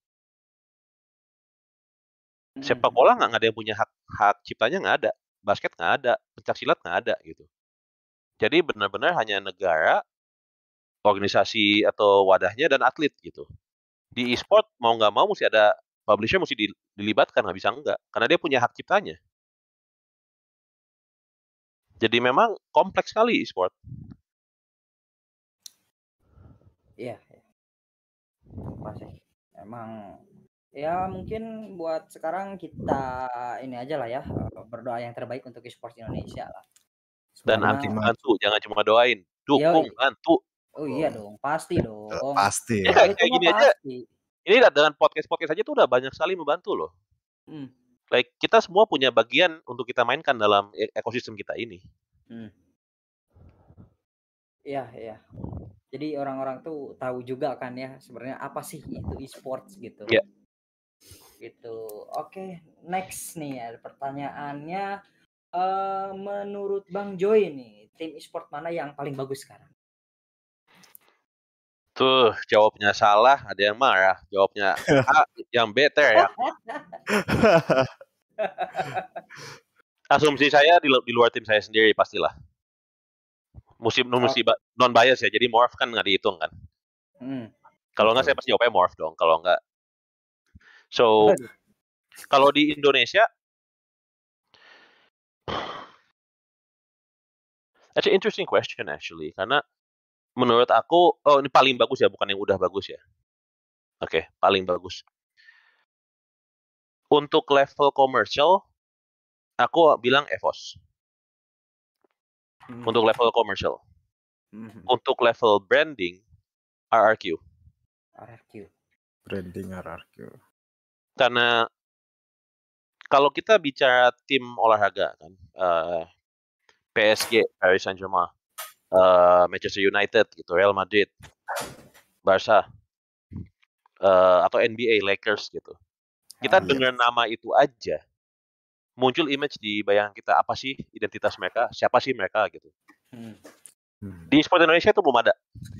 Sepak bola nggak ada yang punya hak ciptanya, nggak ada. Basket nggak ada, pencaksilat nggak ada gitu. Jadi benar-benar hanya negara, organisasi atau wadahnya dan atlet gitu. Di e-sport mau nggak mau mesti ada publisher, mesti dilibatkan, nggak bisa enggak karena dia punya hak ciptanya. Jadi memang kompleks sekali e-sport. iya. Apa sih? Emang ya mungkin buat sekarang kita ini aja lah ya, berdoa yang terbaik untuk e-sport Indonesia lah. Dan bantu, jangan cuma doain, dukung, bantu. Oh iya dong, pasti dong. Pasti. Ya, kayak gini aja. Ini dengan podcast aja tuh udah banyak sekali membantu loh. Like kita semua punya bagian untuk kita mainkan dalam ekosistem kita ini. Iya. Jadi orang-orang tuh tahu juga kan ya sebenarnya apa sih itu e-sports gitu. Yeah. Gitu. Oke, next nih ada pertanyaannya, menurut Bang Joy nih, tim e-sport mana yang paling bagus sekarang? Tuh, jawabnya salah, ada yang marah. Jawabnya A, yang better ya. Asumsi saya di luar tim saya sendiri pastilah. Mesti non bias ya, jadi Morph kan nggak dihitung kan. Kalau nggak saya pasti jawabnya Morph dong, kalau nggak. So, kalau di Indonesia, that's an interesting question actually, karena menurut aku, ini paling bagus ya, bukan yang udah bagus ya. Oke, paling bagus. Untuk level komersial, aku bilang EVOS. Untuk level komersial. Untuk level branding, RRQ. Branding RRQ. Karena kalau kita bicara tim olahraga kan, PSG, Paris Saint-Germain, Manchester United gitu, Real Madrid, Barca, atau NBA, Lakers gitu. Kita dengar nama itu aja, muncul image di bayangan kita, apa sih identitas mereka, siapa sih mereka gitu. Di e-sport Indonesia itu belum ada.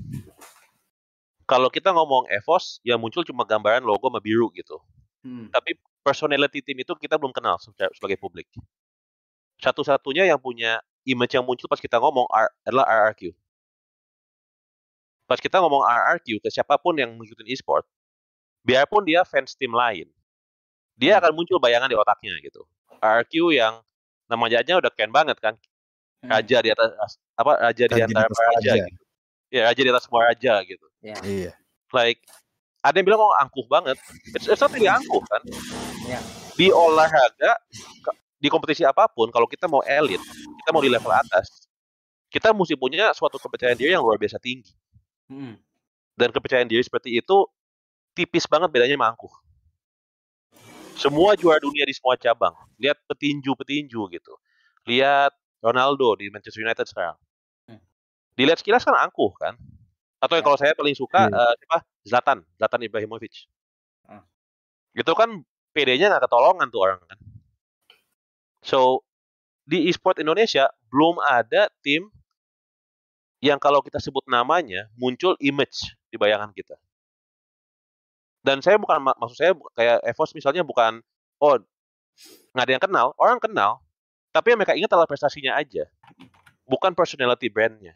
Kalau kita ngomong EVOS, ya muncul cuma gambaran logo sama biru gitu. Tapi personality tim itu kita belum kenal sebagai publik. Satu-satunya yang punya image yang muncul pas kita ngomong adalah RRQ. Pas kita ngomong RRQ ke siapapun yang ngikutin e-sport, biarpun dia fans tim lain, dia akan muncul bayangan di otaknya gitu. RRQ yang namanya aja udah keren banget kan, raja di atas raja di antara para raja gitu. Ya, raja di atas semua raja gitu. Iya. Like ada yang bilang angkuh banget. It's not really angkuh kan. Di olahraga, di kompetisi apapun, kalau kita mau elit, kita mau di level atas, kita mesti punya suatu kepercayaan diri yang luar biasa tinggi. Dan kepercayaan diri seperti itu tipis banget bedanya sama angkuh. Semua juara dunia di semua cabang. Lihat petinju gitu. Lihat Ronaldo di Manchester United sekarang. Dilihat sekilas kan angkuh kan. Atau yang kalau saya paling suka siapa? Zlatan Ibrahimovic. Gitu kan PD-nya nggak ketolongan tuh orang kan. So di e-sport Indonesia belum ada tim yang kalau kita sebut namanya muncul image di bayangan kita. Dan saya bukan maksud saya kayak EVOS misalnya bukan nggak ada yang kenal, orang kenal, tapi yang mereka ingat adalah prestasinya aja, bukan personality brandnya.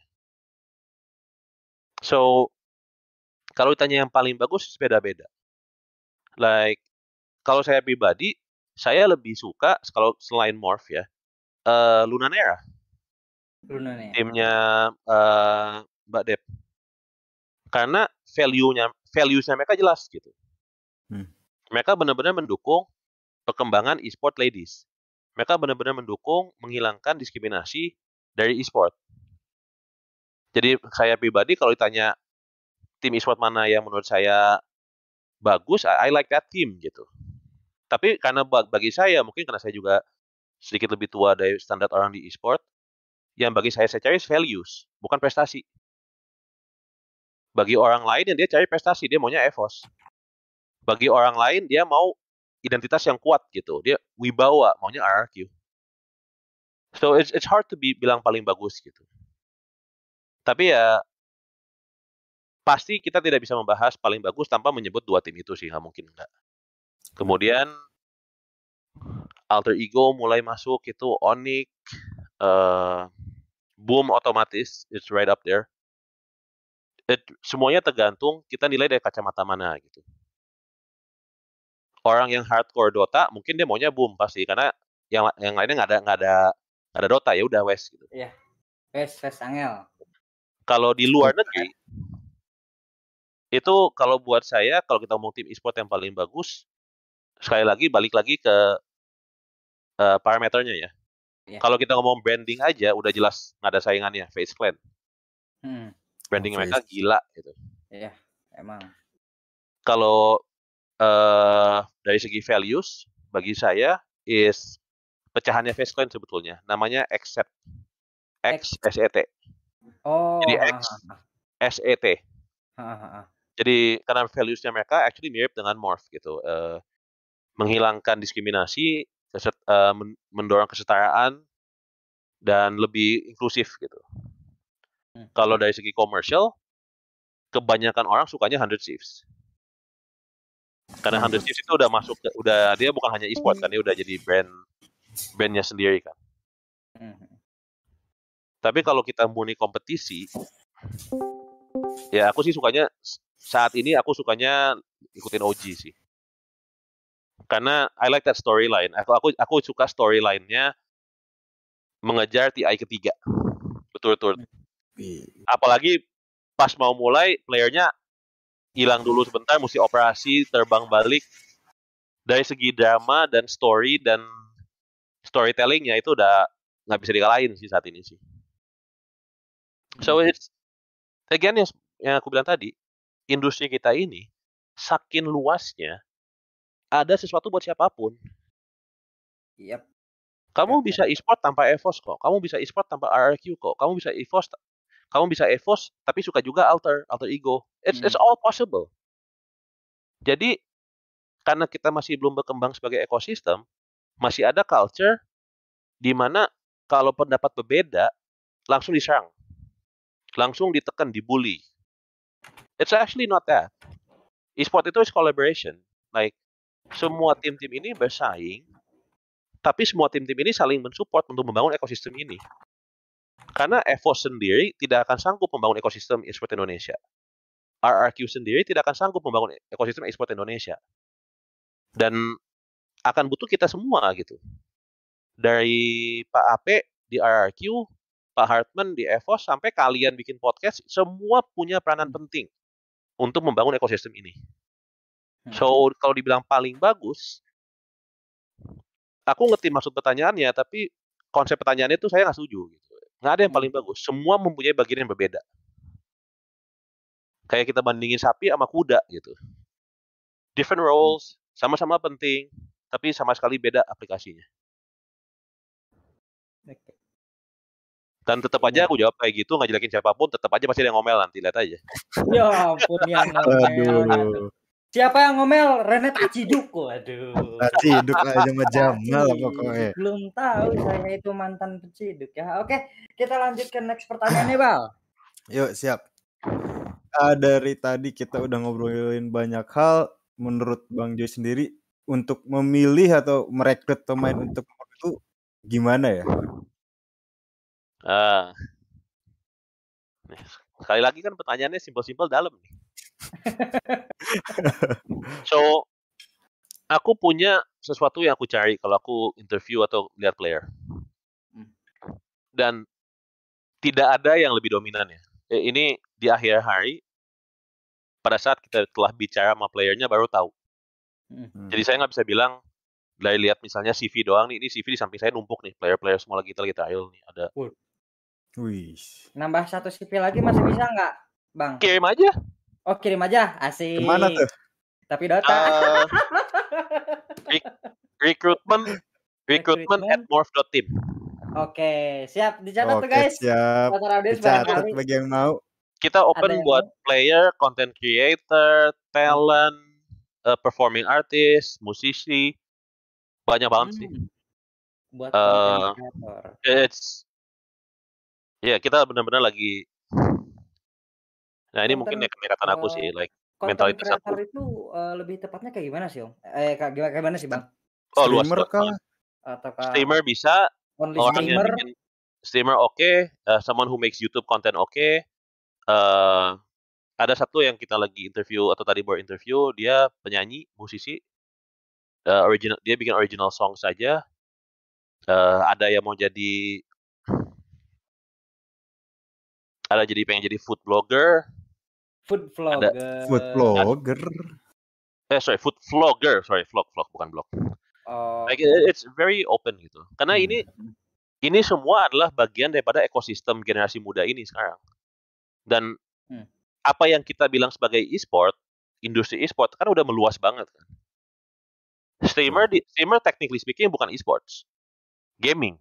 So kalau ditanya yang paling bagus beda-beda. Like kalau saya pribadi, saya lebih suka kalau selain Morph ya, Lunanera. Timnya Mbak Dep. Karena values-nya mereka jelas gitu. Mereka benar-benar mendukung perkembangan e-sport ladies. Mereka benar-benar mendukung menghilangkan diskriminasi dari e-sport. Jadi saya pribadi kalau ditanya tim e-sport mana yang menurut saya bagus, I like that team gitu. Tapi karena bagi saya, mungkin karena saya juga sedikit lebih tua dari standar orang di e-sport, yang bagi saya cari values, bukan prestasi. Bagi orang lain yang dia cari prestasi, dia maunya EVOS. Bagi orang lain dia mau identitas yang kuat gitu, dia wibawa, maunya RRQ. So it's hard to bilang paling bagus gitu. Tapi ya pasti kita tidak bisa membahas paling bagus tanpa menyebut dua tim itu sih, nggak mungkin enggak. Kemudian Alter Ego mulai masuk itu Onyx, Boom otomatis, it's right up there. Semuanya tergantung kita nilai dari kacamata mana gitu. Orang yang hardcore Dota mungkin dia maunya Boom pasti karena yang lainnya nggak ada Dota ya udah West gitu. Iya. West angel. Kalau di luar negeri itu kalau buat saya kalau kita ngomong tim e-sport yang paling bagus sekali lagi balik lagi ke parameternya ya. Kalau kita ngomong branding aja udah jelas nggak ada saingannya FaZe Clan. Branding mereka gila gitu. Iya, emang. Kalau dari segi values bagi saya is pecahannya FaZe Clan sebetulnya. Namanya Xset. X-S-E-T. Jadi X-S-E-T. Jadi karena values-nya mereka actually mirip dengan Morph gitu. Menghilangkan diskriminasi, mendorong kesetaraan, dan lebih inklusif gitu. Kalau dari segi komersial, kebanyakan orang sukanya 100 Thieves. Karena 100 Thieves itu udah masuk, dia bukan hanya e-sport kan, dia udah jadi brandnya sendiri kan. Tapi kalau kita murni kompetisi, ya aku sih sukanya saat ini aku sukanya ikutin OG sih. Karena I like that storyline. Aku suka storyline-nya mengejar TI ketiga. Betul-betul. Apalagi pas mau mulai playernya hilang dulu sebentar, mesti operasi, terbang balik. Dari segi drama dan story dan storytellingnya itu udah nggak bisa dikalahin sih saat ini sih. So it's again yang aku bilang tadi, industri kita ini saking luasnya ada sesuatu buat siapapun. Yep. Kamu bisa e-sport tanpa EVOS kok. Kamu bisa e-sport tanpa RRQ kok. Kamu bisa EVOS tapi suka juga Alter Ego. It's all possible. Jadi karena kita masih belum berkembang sebagai ekosistem, masih ada culture di mana kalau pendapat berbeda langsung diserang, langsung ditekan, dibully. It's actually not that. E-sport itu is collaboration. Like semua tim-tim ini bersaing, tapi semua tim-tim ini saling mensupport untuk membangun ekosistem ini. Karena EVOS sendiri tidak akan sanggup membangun ekosistem e-sport Indonesia. RRQ sendiri tidak akan sanggup membangun ekosistem e-sport Indonesia. Dan akan butuh kita semua gitu. Dari Pak Ape di RRQ, Pak Hartman di EVOS, sampai kalian bikin podcast, semua punya peranan penting untuk membangun ekosistem ini. So, kalau dibilang paling bagus, aku ngerti maksud pertanyaannya, tapi konsep pertanyaannya itu saya nggak setuju. Gitu. Nggak ada yang paling bagus. Semua mempunyai bagian yang berbeda. Kayak kita bandingin sapi sama kuda gitu. Different roles, sama-sama penting, tapi sama sekali beda aplikasinya. Dan tetap aja aku jawab kayak gitu, nggak jelekin siapapun, tetap aja pasti ada yang ngomel nanti, lihat aja. Ya ampun, yang ngomel. Siapa yang ngomel? Rene Taciduk. Waduh. Taciduk aja sama Jamal pokoknya. Belum tahu saya itu mantan peciduk ya. Oke, kita lanjut ke next pertanyaannya, Bal. Yuk, siap. Dari tadi kita udah ngobrolin banyak hal. Menurut Bang Joy sendiri, untuk memilih atau merekrut pemain untuk itu gimana ya? Sekali lagi kan pertanyaannya simpel-simpel dalam nih. So, aku punya sesuatu yang aku cari kalau aku interview atau lihat player. Dan tidak ada yang lebih dominan ya. Ini di akhir hari, pada saat kita telah bicara sama playernya baru tahu. Jadi saya nggak bisa bilang, dari lihat misalnya CV doang nih, ini CV di samping saya numpuk nih, player-player semua lagi trial nih, ada. Wih. Nambah 1 CV lagi masih bisa nggak, Bang? Kirim aja. Oh, kirim aja, asik. Kemana tuh? Tapi Dota. Recruitment at morph.team. Oke, siap. Dicatat tuh guys. Siap. Dicatat bagi yang mau. Kita open buat player, content creator, talent, performing artist, musisi. Banyak banget sih. Buat content creator. Kita benar-benar lagi. Nah, ini mungkin kekatan aku sih, like mentalitas aku. Content creator itu lebih tepatnya kayak gimana sih, Om? Gimana sih, Bang? Oh, luas kah? Streamer bisa. Only orang streamer. yang bikin streamer oke. Someone who makes YouTube content oke. Ada satu yang kita lagi interview atau tadi baru interview, dia penyanyi, musisi. Dia bikin original song saja. Ada yang mau jadi pengen jadi food vlogger. Food vlogger. Food vlogger. Vlog bukan blog. Like it's very open gitu. Karena ini semua adalah bagian daripada ekosistem generasi muda ini sekarang. Dan apa yang kita bilang sebagai e-sport, industri e-sport kan udah meluas banget kan. Streamer technically speaking bukan e-sports. Gaming.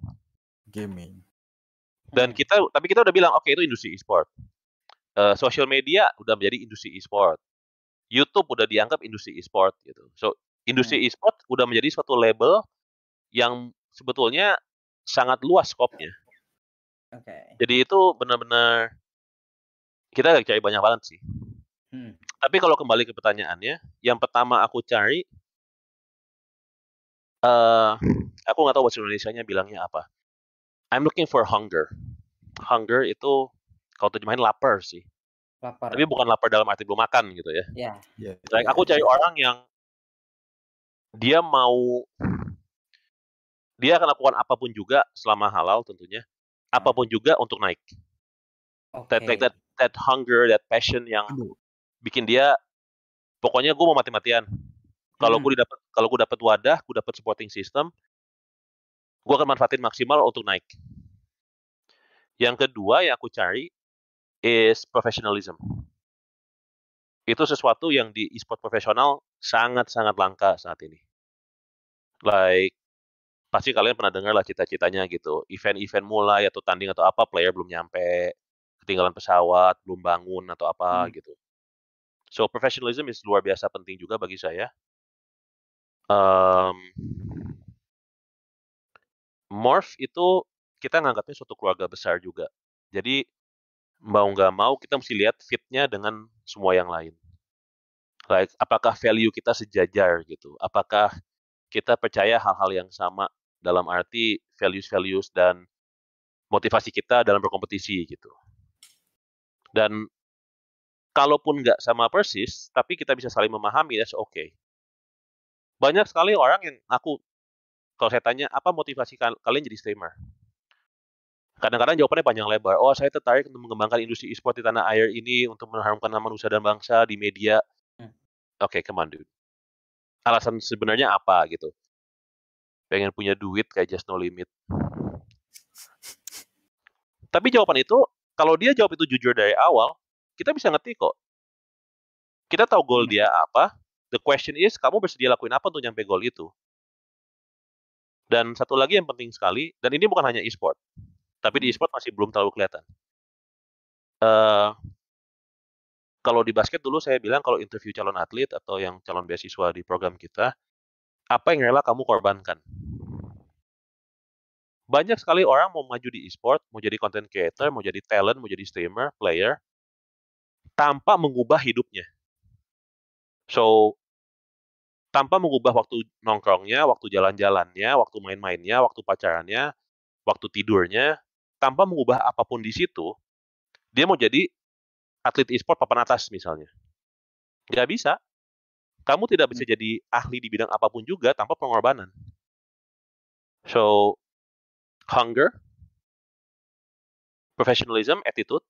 Dan kita udah bilang oke, itu industri e-sport. Social media udah menjadi industri e-sport. YouTube udah dianggap industri e-sport gitu. So, industri e-sport udah menjadi suatu label yang sebetulnya sangat luas skopnya. Jadi itu benar-benar kita lagi cari banyak banget sih. Tapi kalau kembali ke pertanyaannya, yang pertama aku cari, aku nggak tahu bahasa Indonesianya bilangnya apa. I'm looking for hunger. Hunger itu kalau terjemahin lapar sih. Tapi bukan lapar dalam arti belum makan gitu ya. Like aku cari orang yang dia akan lakukan apapun juga selama halal tentunya, apapun juga untuk naik. That hunger, that passion yang bikin dia, pokoknya gue mau mati-matian. Kalau gue dapat wadah, gue dapat supporting system, gue akan manfaatin maksimal untuk naik. Yang kedua yang aku cari is professionalism. Itu sesuatu yang di e-sport profesional sangat-sangat langka saat ini. Like, pasti kalian pernah dengar lah cita-citanya gitu. Event-event mulai atau tanding atau apa, player belum nyampe, ketinggalan pesawat, belum bangun atau apa gitu. So, professionalism is luar biasa penting juga bagi saya. Morph itu kita nganggapnya suatu keluarga besar juga. Jadi mau nggak mau kita mesti lihat fit-nya dengan semua yang lain. Like, apakah value kita sejajar gitu? Apakah kita percaya hal-hal yang sama dalam arti values-values dan motivasi kita dalam berkompetisi gitu. Dan kalaupun nggak sama persis, tapi kita bisa saling memahami, that's okay. Banyak sekali orang yang kalau saya tanya, apa motivasi kalian jadi streamer? Kadang-kadang jawabannya panjang lebar. Oh, saya tertarik untuk mengembangkan industri e-sport di tanah air ini untuk mengharumkan nama nusa dan bangsa di media. Oke, come on, dude. Alasan sebenarnya apa gitu? Pengen punya duit kayak Just No Limit. Tapi jawaban itu, kalau dia jawab itu jujur dari awal, kita bisa ngerti kok. Kita tahu goal dia apa. The question is, kamu bersedia lakuin apa untuk nyampe goal itu? Dan satu lagi yang penting sekali, dan ini bukan hanya e-sport, tapi di e-sport masih belum terlalu kelihatan. Kalau di basket dulu saya bilang kalau interview calon atlet atau yang calon beasiswa di program kita, apa yang rela kamu korbankan? Banyak sekali orang mau maju di e-sport, mau jadi content creator, mau jadi talent, mau jadi streamer, player, tanpa mengubah hidupnya. So, tanpa mengubah waktu nongkrongnya, waktu jalan-jalannya, waktu main-mainnya, waktu pacarannya, waktu tidurnya, tanpa mengubah apapun di situ, dia mau jadi atlet e-sport papan atas misalnya. Nggak bisa. Kamu tidak bisa jadi ahli di bidang apapun juga tanpa pengorbanan. So, hunger, professionalism, attitude,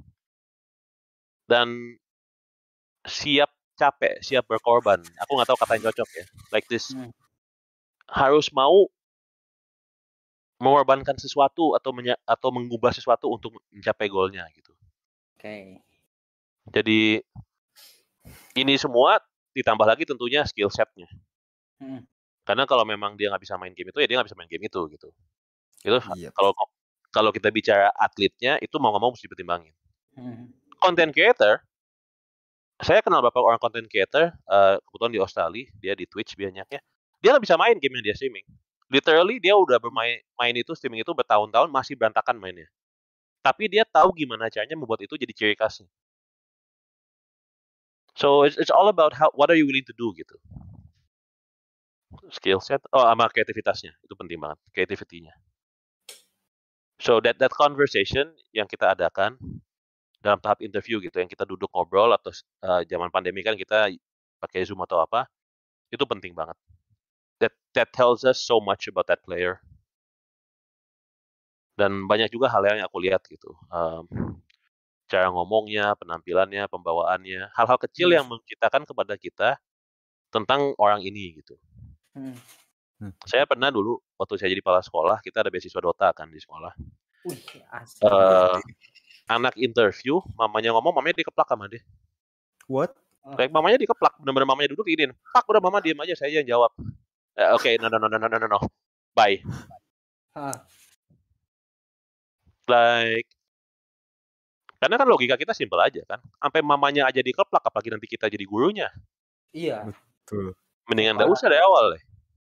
dan siap capek, siap berkorban. Aku nggak tahu kata yang cocok ya. Like this. Harus mau mengorbankan sesuatu atau mengubah sesuatu untuk mencapai goalnya gitu. Oke. Jadi ini semua ditambah lagi tentunya skill setnya. Karena kalau memang dia nggak bisa main game itu ya dia nggak bisa main game itu gitu. Itu kalau kita bicara atletnya itu mau nggak mau mesti dipertimbangin. Content creator, saya kenal beberapa orang content creator, kebetulan di Australia, dia di Twitch banyaknya. Dia nggak bisa main game yang dia streaming. Literally dia udah main itu streaming itu bertahun-tahun masih berantakan mainnya. Tapi dia tahu gimana caranya membuat itu jadi ciri khasnya. So it's all about what are you willing to do gitu. Skill set, sama kreativitasnya itu penting banget, creativity-nya. So that conversation yang kita adakan dalam tahap interview gitu, yang kita duduk ngobrol atau zaman pandemi kan kita pakai Zoom atau apa, itu penting banget. That tells us so much about that player. Dan banyak juga hal yang aku lihat gitu. Cara ngomongnya, penampilannya, pembawaannya, hal-hal kecil yang menciptakan kepada kita tentang orang ini gitu. Saya pernah dulu waktu saya jadi kepala sekolah, kita ada beasiswa Dota kan di sekolah. Anak interview, mamanya ngomong, mamanya dikeplak sama dia. What? Kayak mamanya dikeplak, bener-bener mamanya duduk giniin. Pak, udah mama diem aja, saya yang jawab. Oke, no. Bye. Like, karena kan logika kita simpel aja kan. Sampai mamanya aja dikeplak, apalagi nanti kita jadi gurunya. Iya. Betul. Mendingan nggak usah dari awal deh.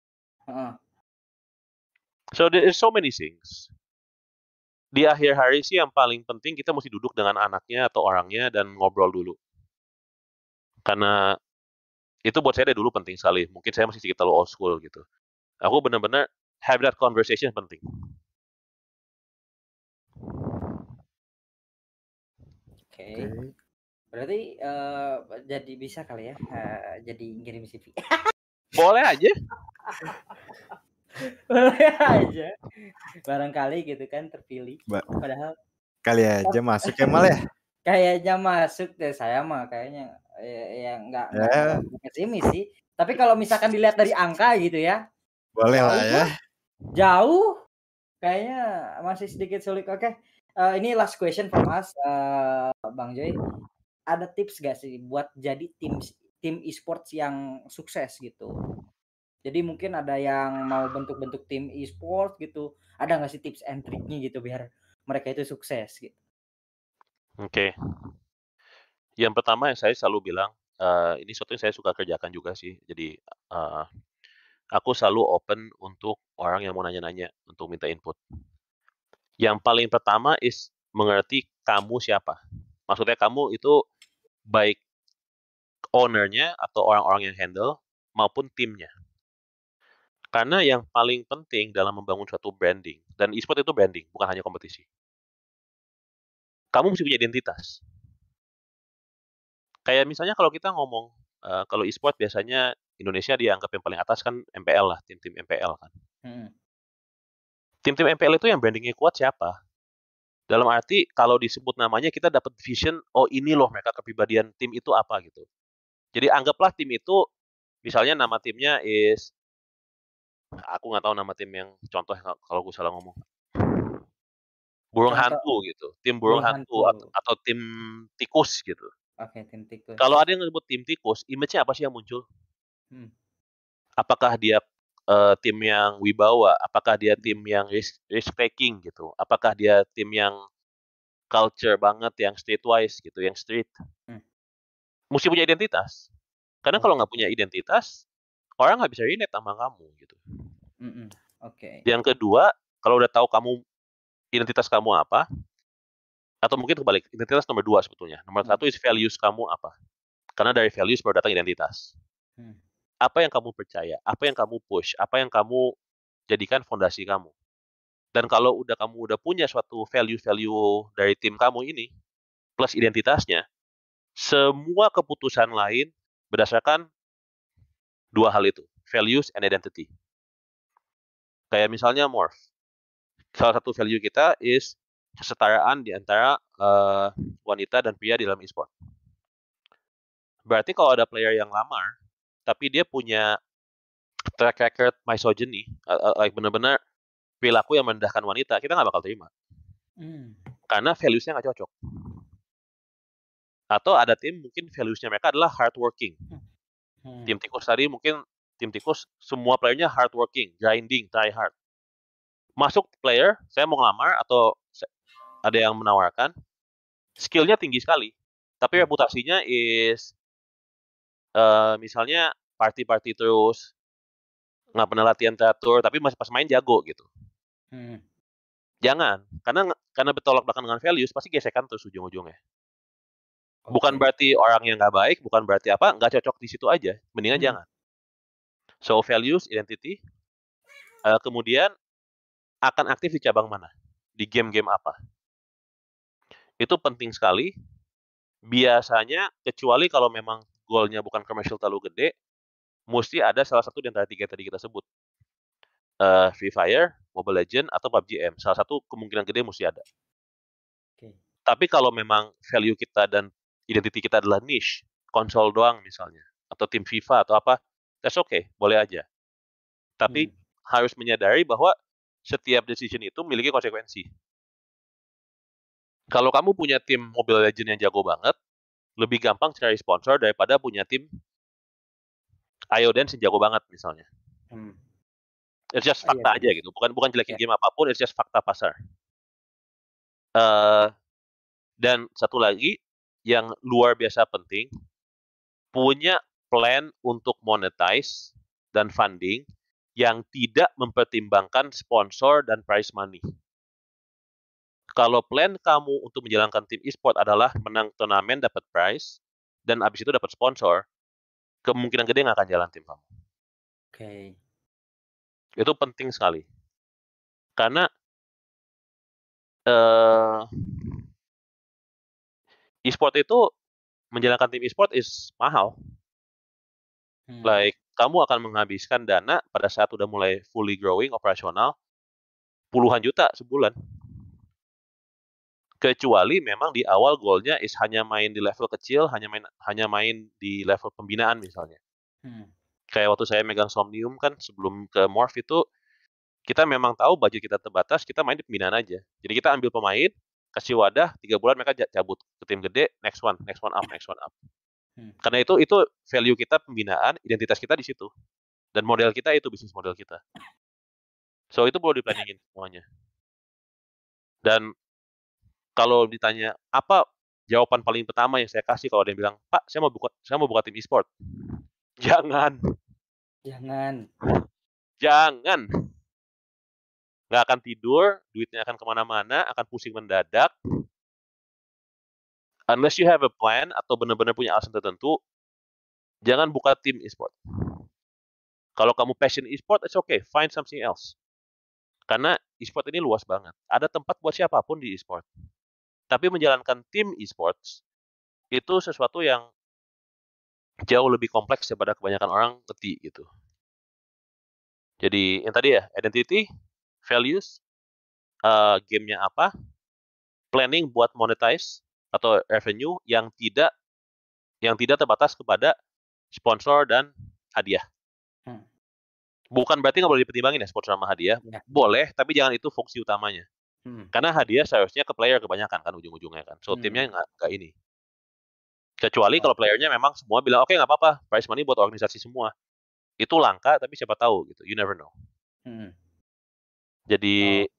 So there is so many things. Di akhir hari sih yang paling penting kita mesti duduk dengan anaknya atau orangnya dan ngobrol dulu. Karena itu buat saya dari dulu penting sekali. Mungkin saya masih sedikit terlalu old school gitu. Aku benar-benar have that conversation penting. Oke. Berarti jadi bisa kali ya jadi ngirim CV. Boleh aja. Boleh aja. Barangkali gitu kan terpilih. Padahal kali aja masuk ya Mal ya. Kayaknya masuk deh, saya mah kayaknya ya nggak pesimis sih. Tapi kalau misalkan dilihat dari angka gitu ya. Boleh lah ya. Jauh. Kayaknya masih sedikit sulit. Oke. Ini last question from us, Bang Joy. Ada tips gak sih buat jadi tim e-sports yang sukses gitu? Jadi mungkin ada yang mau bentuk-bentuk tim e-sport gitu. Ada nggak sih tips and triknya gitu biar mereka itu sukses gitu? Oke. Yang pertama yang saya selalu bilang, ini sesuatu yang saya suka kerjakan juga sih. Jadi aku selalu open untuk orang yang mau nanya-nanya, untuk minta input. Yang paling pertama is mengerti kamu siapa. Maksudnya kamu itu baik owner-nya atau orang-orang yang handle maupun timnya. Karena yang paling penting dalam membangun suatu branding, dan e-sport itu branding, bukan hanya kompetisi. Kamu mesti punya identitas. Kayak misalnya kalau kita ngomong, kalau e-sport biasanya Indonesia dianggap yang paling atas kan MPL lah, tim-tim MPL kan. Tim-tim MPL itu yang brandingnya kuat siapa? Dalam arti kalau disebut namanya kita dapat vision, oh ini loh mereka kepribadian tim itu apa gitu. Jadi anggaplah tim itu, misalnya nama timnya is, aku nggak tahu nama tim yang contoh kalau gue salah ngomong. Burung Contoh, hantu gitu, tim burung hantu atau tim tikus gitu. Oke, tim tikus. Kalau ada yang nyebut tim tikus, image-nya apa sih yang muncul? Apakah dia tim yang wibawa? Apakah dia tim yang risk taking gitu? Apakah dia tim yang culture banget, yang streetwise gitu, yang street? Mesti punya identitas. Karena kalau nggak punya identitas, orang nggak bisa relate sama kamu gitu. Yang kedua, kalau udah tahu kamu identitas kamu apa, atau mungkin kebalik, identitas nomor 2 sebetulnya. Nomor 1 is values kamu apa. Karena dari values baru datang identitas. Apa yang kamu percaya, apa yang kamu push, apa yang kamu jadikan fondasi kamu. Dan kalau kamu udah punya suatu value-value dari tim kamu ini, plus identitasnya, semua keputusan lain berdasarkan 2 hal itu, values and identity. Kayak misalnya Morph. Salah satu value kita is kesetaraan di antara wanita dan pria di dalam e-sport. Berarti kalau ada player yang lamar, tapi dia punya track record misogyny, like benar-benar perilaku yang merendahkan wanita, kita nggak bakal terima. Karena values-nya nggak cocok. Atau ada tim mungkin values-nya mereka adalah hardworking. Tim tikus tadi mungkin tim tikus semua playernya hardworking, grinding, try hard. Masuk player, saya mau ngelamar atau ada yang menawarkan, skill-nya tinggi sekali, tapi reputasinya is misalnya party-party terus, nggak pernah latihan teratur, tapi pas main jago gitu. Jangan, karena bertolak belakang dengan values, pasti gesekan terus ujung-ujungnya. Bukan berarti orang yang nggak baik, bukan berarti apa, nggak cocok di situ aja, mendingan jangan. So values, identity, kemudian akan aktif di cabang mana, di game-game apa. Itu penting sekali. Biasanya, kecuali kalau memang goalnya bukan commercial terlalu gede, mesti ada salah satu di antara 3 tadi kita sebut. Free Fire, Mobile Legends, atau PUBG M. Salah satu kemungkinan gede mesti ada. Tapi kalau memang value kita dan identity kita adalah niche, konsol doang misalnya, atau tim FIFA atau apa, that's okay, boleh aja. Tapi harus menyadari bahwa setiap decision itu memiliki konsekuensi. Kalau kamu punya tim Mobile Legends yang jago banget, lebih gampang cari sponsor daripada punya tim IO Dance yang jago banget misalnya. It's just fakta aja gitu, bukan jelekin game apapun, it's just fakta pasar. Dan satu lagi yang luar biasa penting, punya plan untuk monetize dan funding yang tidak mempertimbangkan sponsor dan prize money. Kalau plan kamu untuk menjalankan tim e-sport adalah menang turnamen, dapat prize, dan abis itu dapat sponsor, kemungkinan gede nggak akan jalan tim kamu. Itu penting sekali. Karena e-sport itu, menjalankan tim e-sport is mahal. Like, kamu akan menghabiskan dana pada saat udah mulai fully growing, operasional, puluhan juta sebulan. Kecuali memang di awal goalnya is hanya main di level kecil, hanya main di level pembinaan misalnya. Kayak waktu saya megang Somnium kan, sebelum ke Morph itu, kita memang tahu budget kita terbatas, kita main di pembinaan aja. Jadi kita ambil pemain, kasih wadah, 3 bulan mereka cabut ke tim gede, next one up. Karena itu value kita pembinaan, identitas kita di situ. Dan model kita itu bisnis model kita. So itu perlu di-planningin semuanya. Dan kalau ditanya apa jawaban paling pertama yang saya kasih kalau ada yang bilang, "Pak, saya mau buka tim e-sport." Jangan. Jangan. Nggak akan tidur, duitnya akan kemana-mana, akan pusing mendadak. Unless you have a plan atau benar-benar punya alasan tertentu, jangan buka tim e-sport. Kalau kamu passion e-sport, it's okay. Find something else. Karena e-sport ini luas banget. Ada tempat buat siapapun di e-sport. Tapi menjalankan tim e-sports itu sesuatu yang jauh lebih kompleks daripada kebanyakan orang ngerti gitu. Jadi yang tadi ya, identity, values, gamenya apa, planning buat monetize atau revenue yang tidak terbatas kepada sponsor dan hadiah. Bukan berarti nggak boleh dipertimbangin ya sponsor sama hadiah. Ya. Boleh, tapi jangan itu fungsi utamanya. Karena hadiah seharusnya ke player kebanyakan kan ujung-ujungnya kan. So timnya nggak ini. Kecuali kalau playernya memang semua bilang oke nggak apa-apa, prize money buat organisasi semua. Itu langka tapi siapa tahu gitu. You never know. Jadi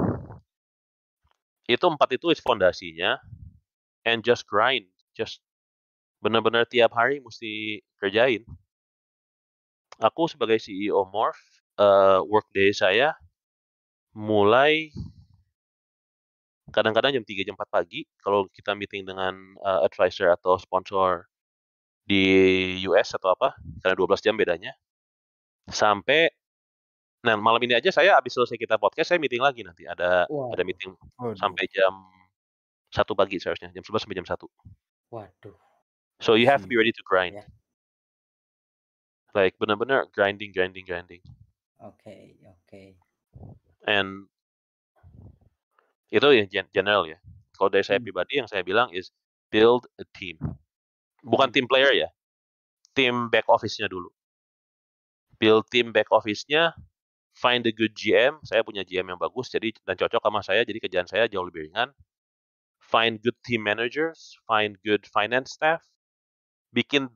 itu 4 itu is fondasinya. And just grind, just benar-benar tiap hari mesti kerjain. Aku sebagai CEO Morph, workday saya mulai kadang-kadang jam 3 jam 4 pagi kalau kita meeting dengan advisor atau sponsor di US atau apa, karena 12 jam bedanya. Sampai nah malam ini aja saya habis selesai kita podcast saya meeting lagi nanti ada meeting sampai jam 1 pagi seharusnya, jam 11 sampai jam 1. Waduh. So you have to be ready to grind. Yeah. Like benar-benar grinding. Okay. And itu ya general ya. Kalau dari saya pribadi yang saya bilang is build a team. Bukan team player ya. Tim back office-nya dulu. Build team back office-nya, find a good GM. Saya punya GM yang bagus jadi dan cocok sama saya jadi kerjaan saya jauh lebih ringan. Find good team managers, find good finance staff. Bikin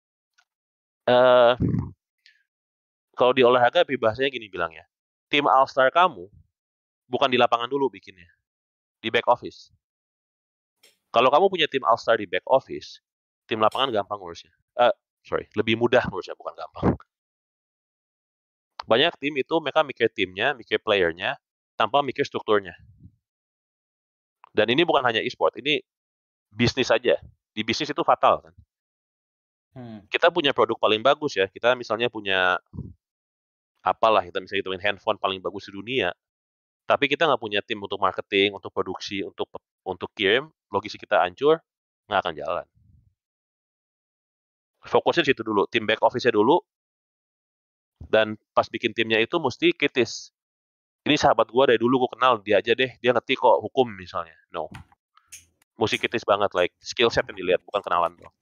kalau di olahraga bahasanya gini bilangnya. Tim All-Star kamu bukan di lapangan dulu bikinnya. Di back office. Kalau kamu punya tim All-Star di back office, tim lapangan gampang ngurusnya. Lebih mudah ngurusnya, bukan gampang. Banyak tim itu mereka mikir timnya, mikir playernya, tanpa mikir strukturnya. Dan ini bukan hanya e-sport, ini bisnis aja. Di bisnis itu fatal kan. Kita punya produk paling bagus ya. Kita misalnya punya apalah, kita misalnya hitungin handphone paling bagus di dunia. Tapi kita nggak punya tim untuk marketing, untuk produksi, untuk kirim, logistik kita hancur, nggak akan jalan. Fokusnya di situ dulu, tim back office-nya dulu, dan pas bikin timnya itu mesti kritis. Ini sahabat gue dari dulu gue kenal, dia aja deh, dia ngerti kok hukum misalnya. No. Mesti kritis banget, like skill set yang dilihat, bukan kenalan doang.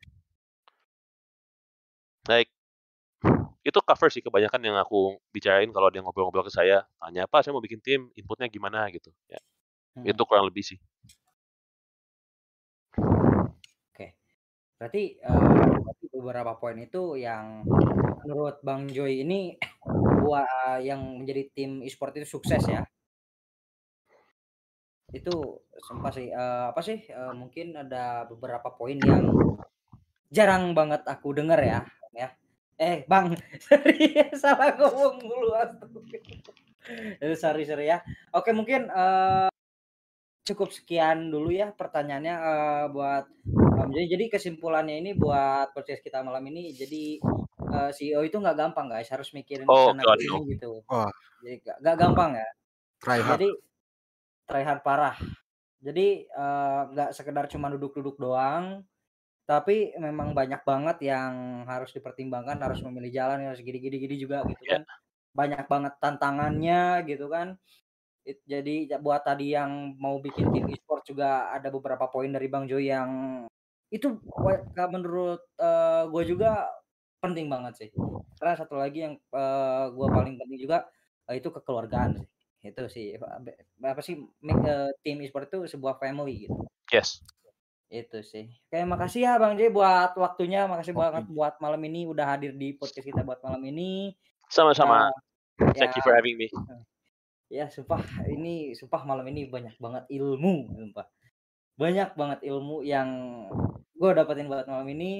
Like, itu cover sih kebanyakan yang aku bicarain kalau dia ngobrol-ngobrol ke saya. Tanya apa, saya mau bikin tim, inputnya gimana gitu. Ya. Itu kurang lebih sih. Oke. Berarti beberapa poin itu yang menurut Bang Joy ini buat yang menjadi tim e-sport itu sukses ya. Itu sempat sih mungkin ada beberapa poin yang jarang banget aku dengar ya. Bang, sorry salah ngomong dulu. Sorry ya. Oke, mungkin cukup sekian dulu ya pertanyaannya buat jadi kesimpulannya ini buat podcast kita malam ini. Jadi CEO itu nggak gampang guys, harus mikirin sana sini gitu. Jadi nggak gampang ya. Jadi try hard parah. Jadi nggak sekedar cuma duduk-duduk doang, tapi memang banyak banget yang harus dipertimbangkan, harus memilih jalan, harus gini juga gitu kan. Banyak banget tantangannya gitu kan. Jadi buat tadi yang mau bikin tim e-sport juga ada beberapa poin dari Bang Joy yang itu menurut gue juga penting banget sih. Karena satu lagi yang gue paling penting juga itu kekeluargaan sih. Itu sih tim e-sport itu sebuah family gitu. Yes. Itu sih. Oke, makasih ya Bang Joy buat waktunya, makasih banget buat malam ini udah hadir di podcast kita buat malam ini. Sama-sama. Thank you for having me. Ya, sumpah malam ini banyak banget ilmu, sumpah. Banyak banget ilmu yang gue dapetin buat malam ini.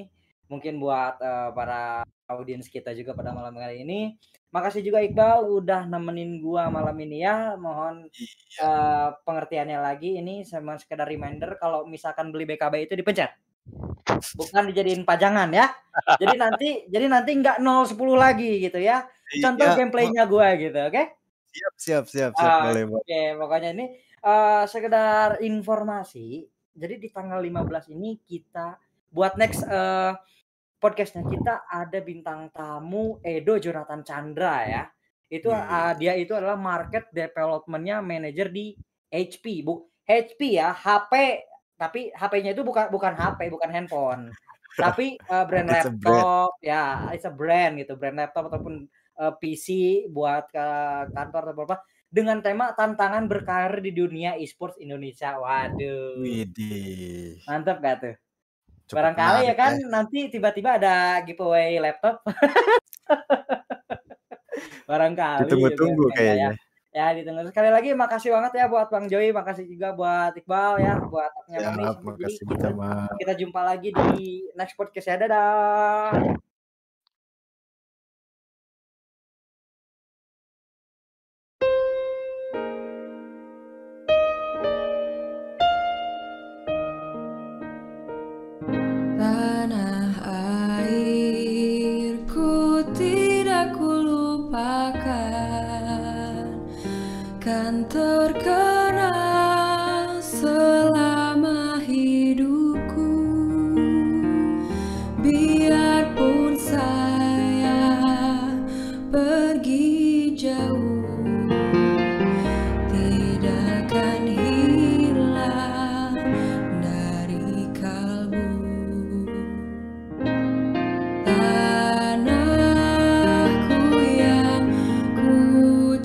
mungkin buat para audiens kita juga pada malam kali ini. Makasih juga Iqbal udah nemenin gua malam ini ya. Mohon pengertiannya lagi, ini sama sekedar reminder kalau misalkan beli BKB itu dipencet. Bukan dijadiin pajangan ya. Jadi nanti enggak 0-10 lagi gitu ya. Contoh gameplaynya gua gitu, oke? Siap. Boleh. Oke, pokoknya ini sekedar informasi. Jadi di tanggal 15 ini kita buat next podcastnya kita ada bintang tamu Edo Jonathan Chandra ya. Itu dia itu adalah market development-nya manager di HP. HP ya, HP, tapi HP-nya itu bukan HP, bukan handphone. Tapi brand laptop ya, it's a brand gitu, brand laptop ataupun PC buat ke kantor atau apa dengan tema tantangan berkarir di dunia e-sports Indonesia. Waduh. Widih. Mantap gak tuh? Cukup barangkali ya kan nanti tiba-tiba ada giveaway laptop. Barangkali. Ditunggu-tunggu kayaknya. Ya ditunggu. Sekali lagi makasih banget ya buat Bang Joy, makasih juga buat Iqbal ya, buat makasih kita jumpa lagi di next podcast ya. Dadah. Kan terkenal selama hidupku, biarpun saya pergi jauh, tidak akan hilang dari kalbu. Tanahku yang ku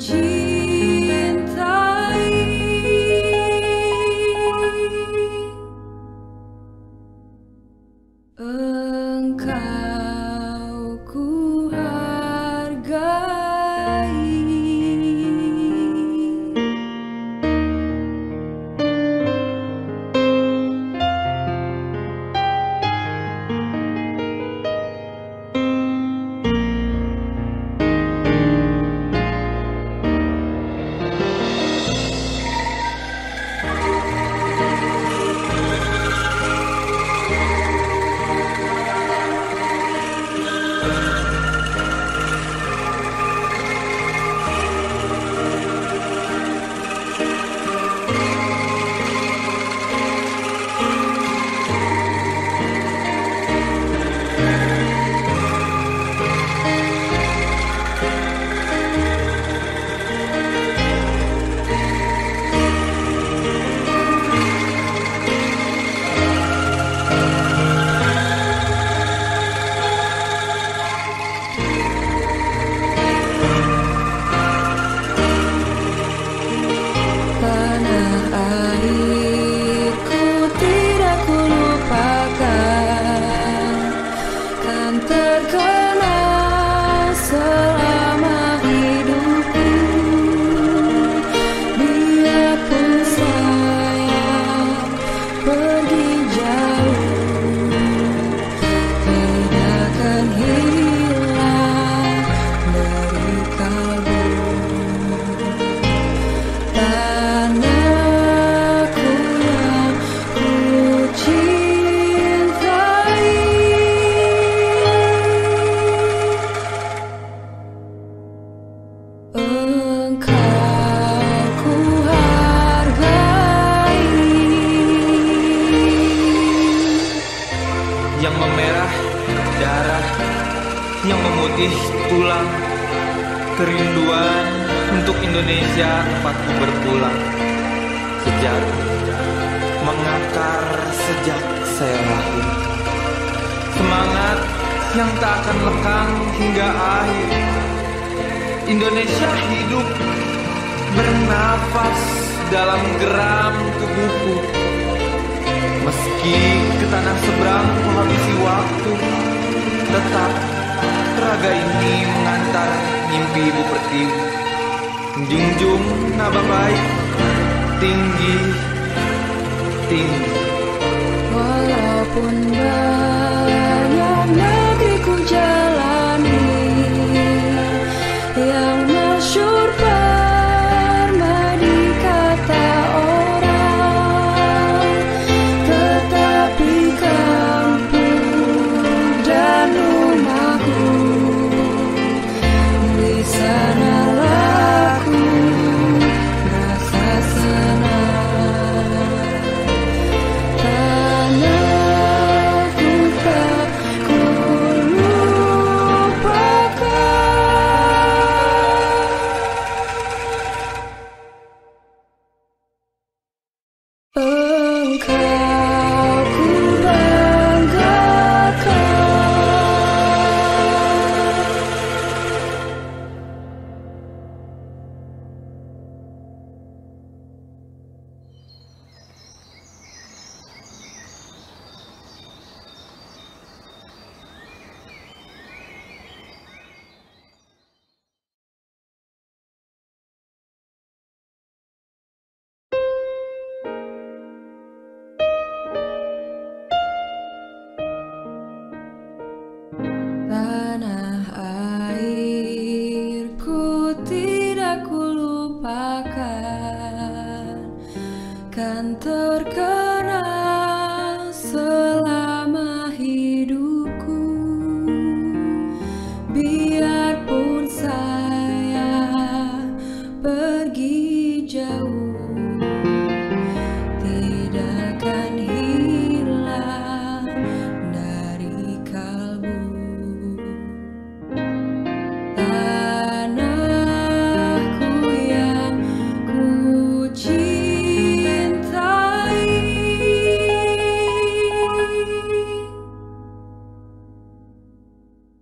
yang memutih tulang, kerinduan untuk Indonesia tempatku berpulang. Sejak mengakar sejak saya lahir, semangat yang tak akan lekang hingga akhir. Indonesia hidup bernafas dalam geram tubuhku. Meski ke tanah seberang menghabisi waktu, tetap raga ini mengantar mimpi Ibu Pertiwi. Junjung naba baik, tinggi, tinggi. Walaupun banyak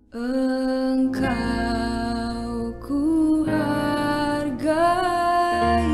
Engkau ku hargai.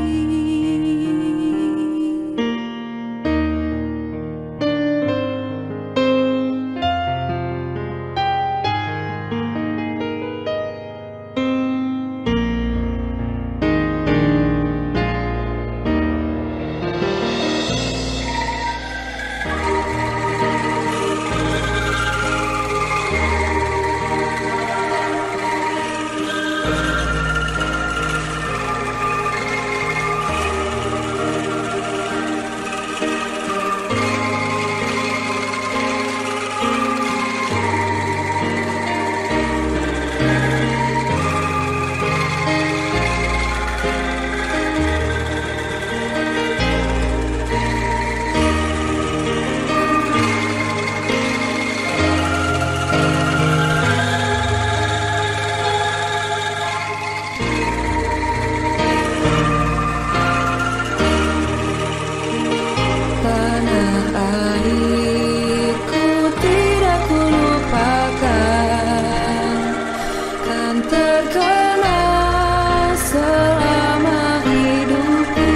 Tanah airku tidak kulupakan, kan terkenal selama hidupku.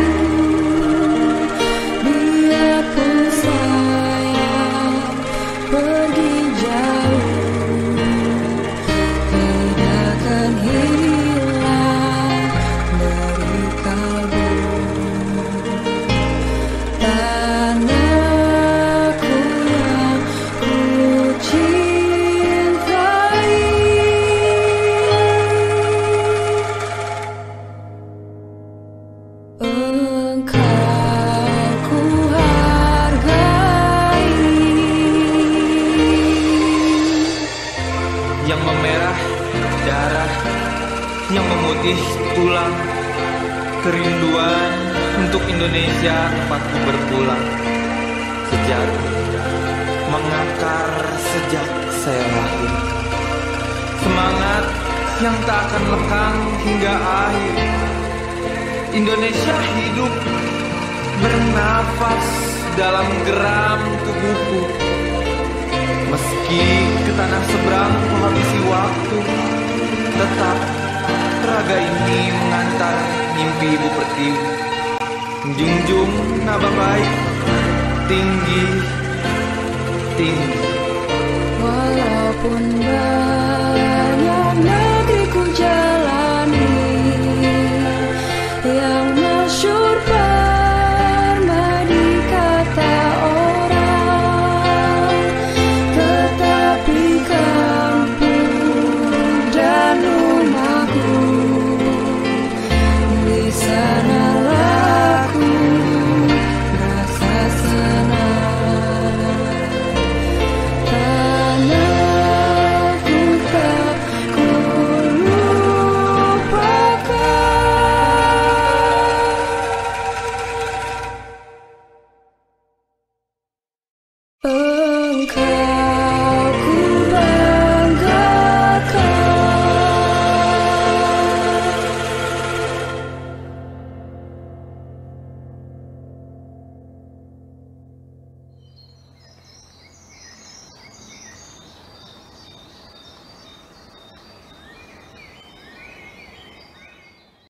Biarpun saya pergi jauh, tidak akan hilang dari kalbu. Tanahku yang ku cintai, engkau ku hargai. Yang memerah darah, yang memutih tulang, kerinduan untuk Indonesia tempatku berpulang. Sejarah mengakar sejak saya lahir, semangat yang tak akan lekang hingga akhir. Indonesia hidup bernafas dalam geram tubuhku. Meski ke tanah seberang ku habisi waktu, tetap raga ini mengantar mimpi Ibu Pertiwi. Junjung naba baik, tinggi, tinggi. Walaupun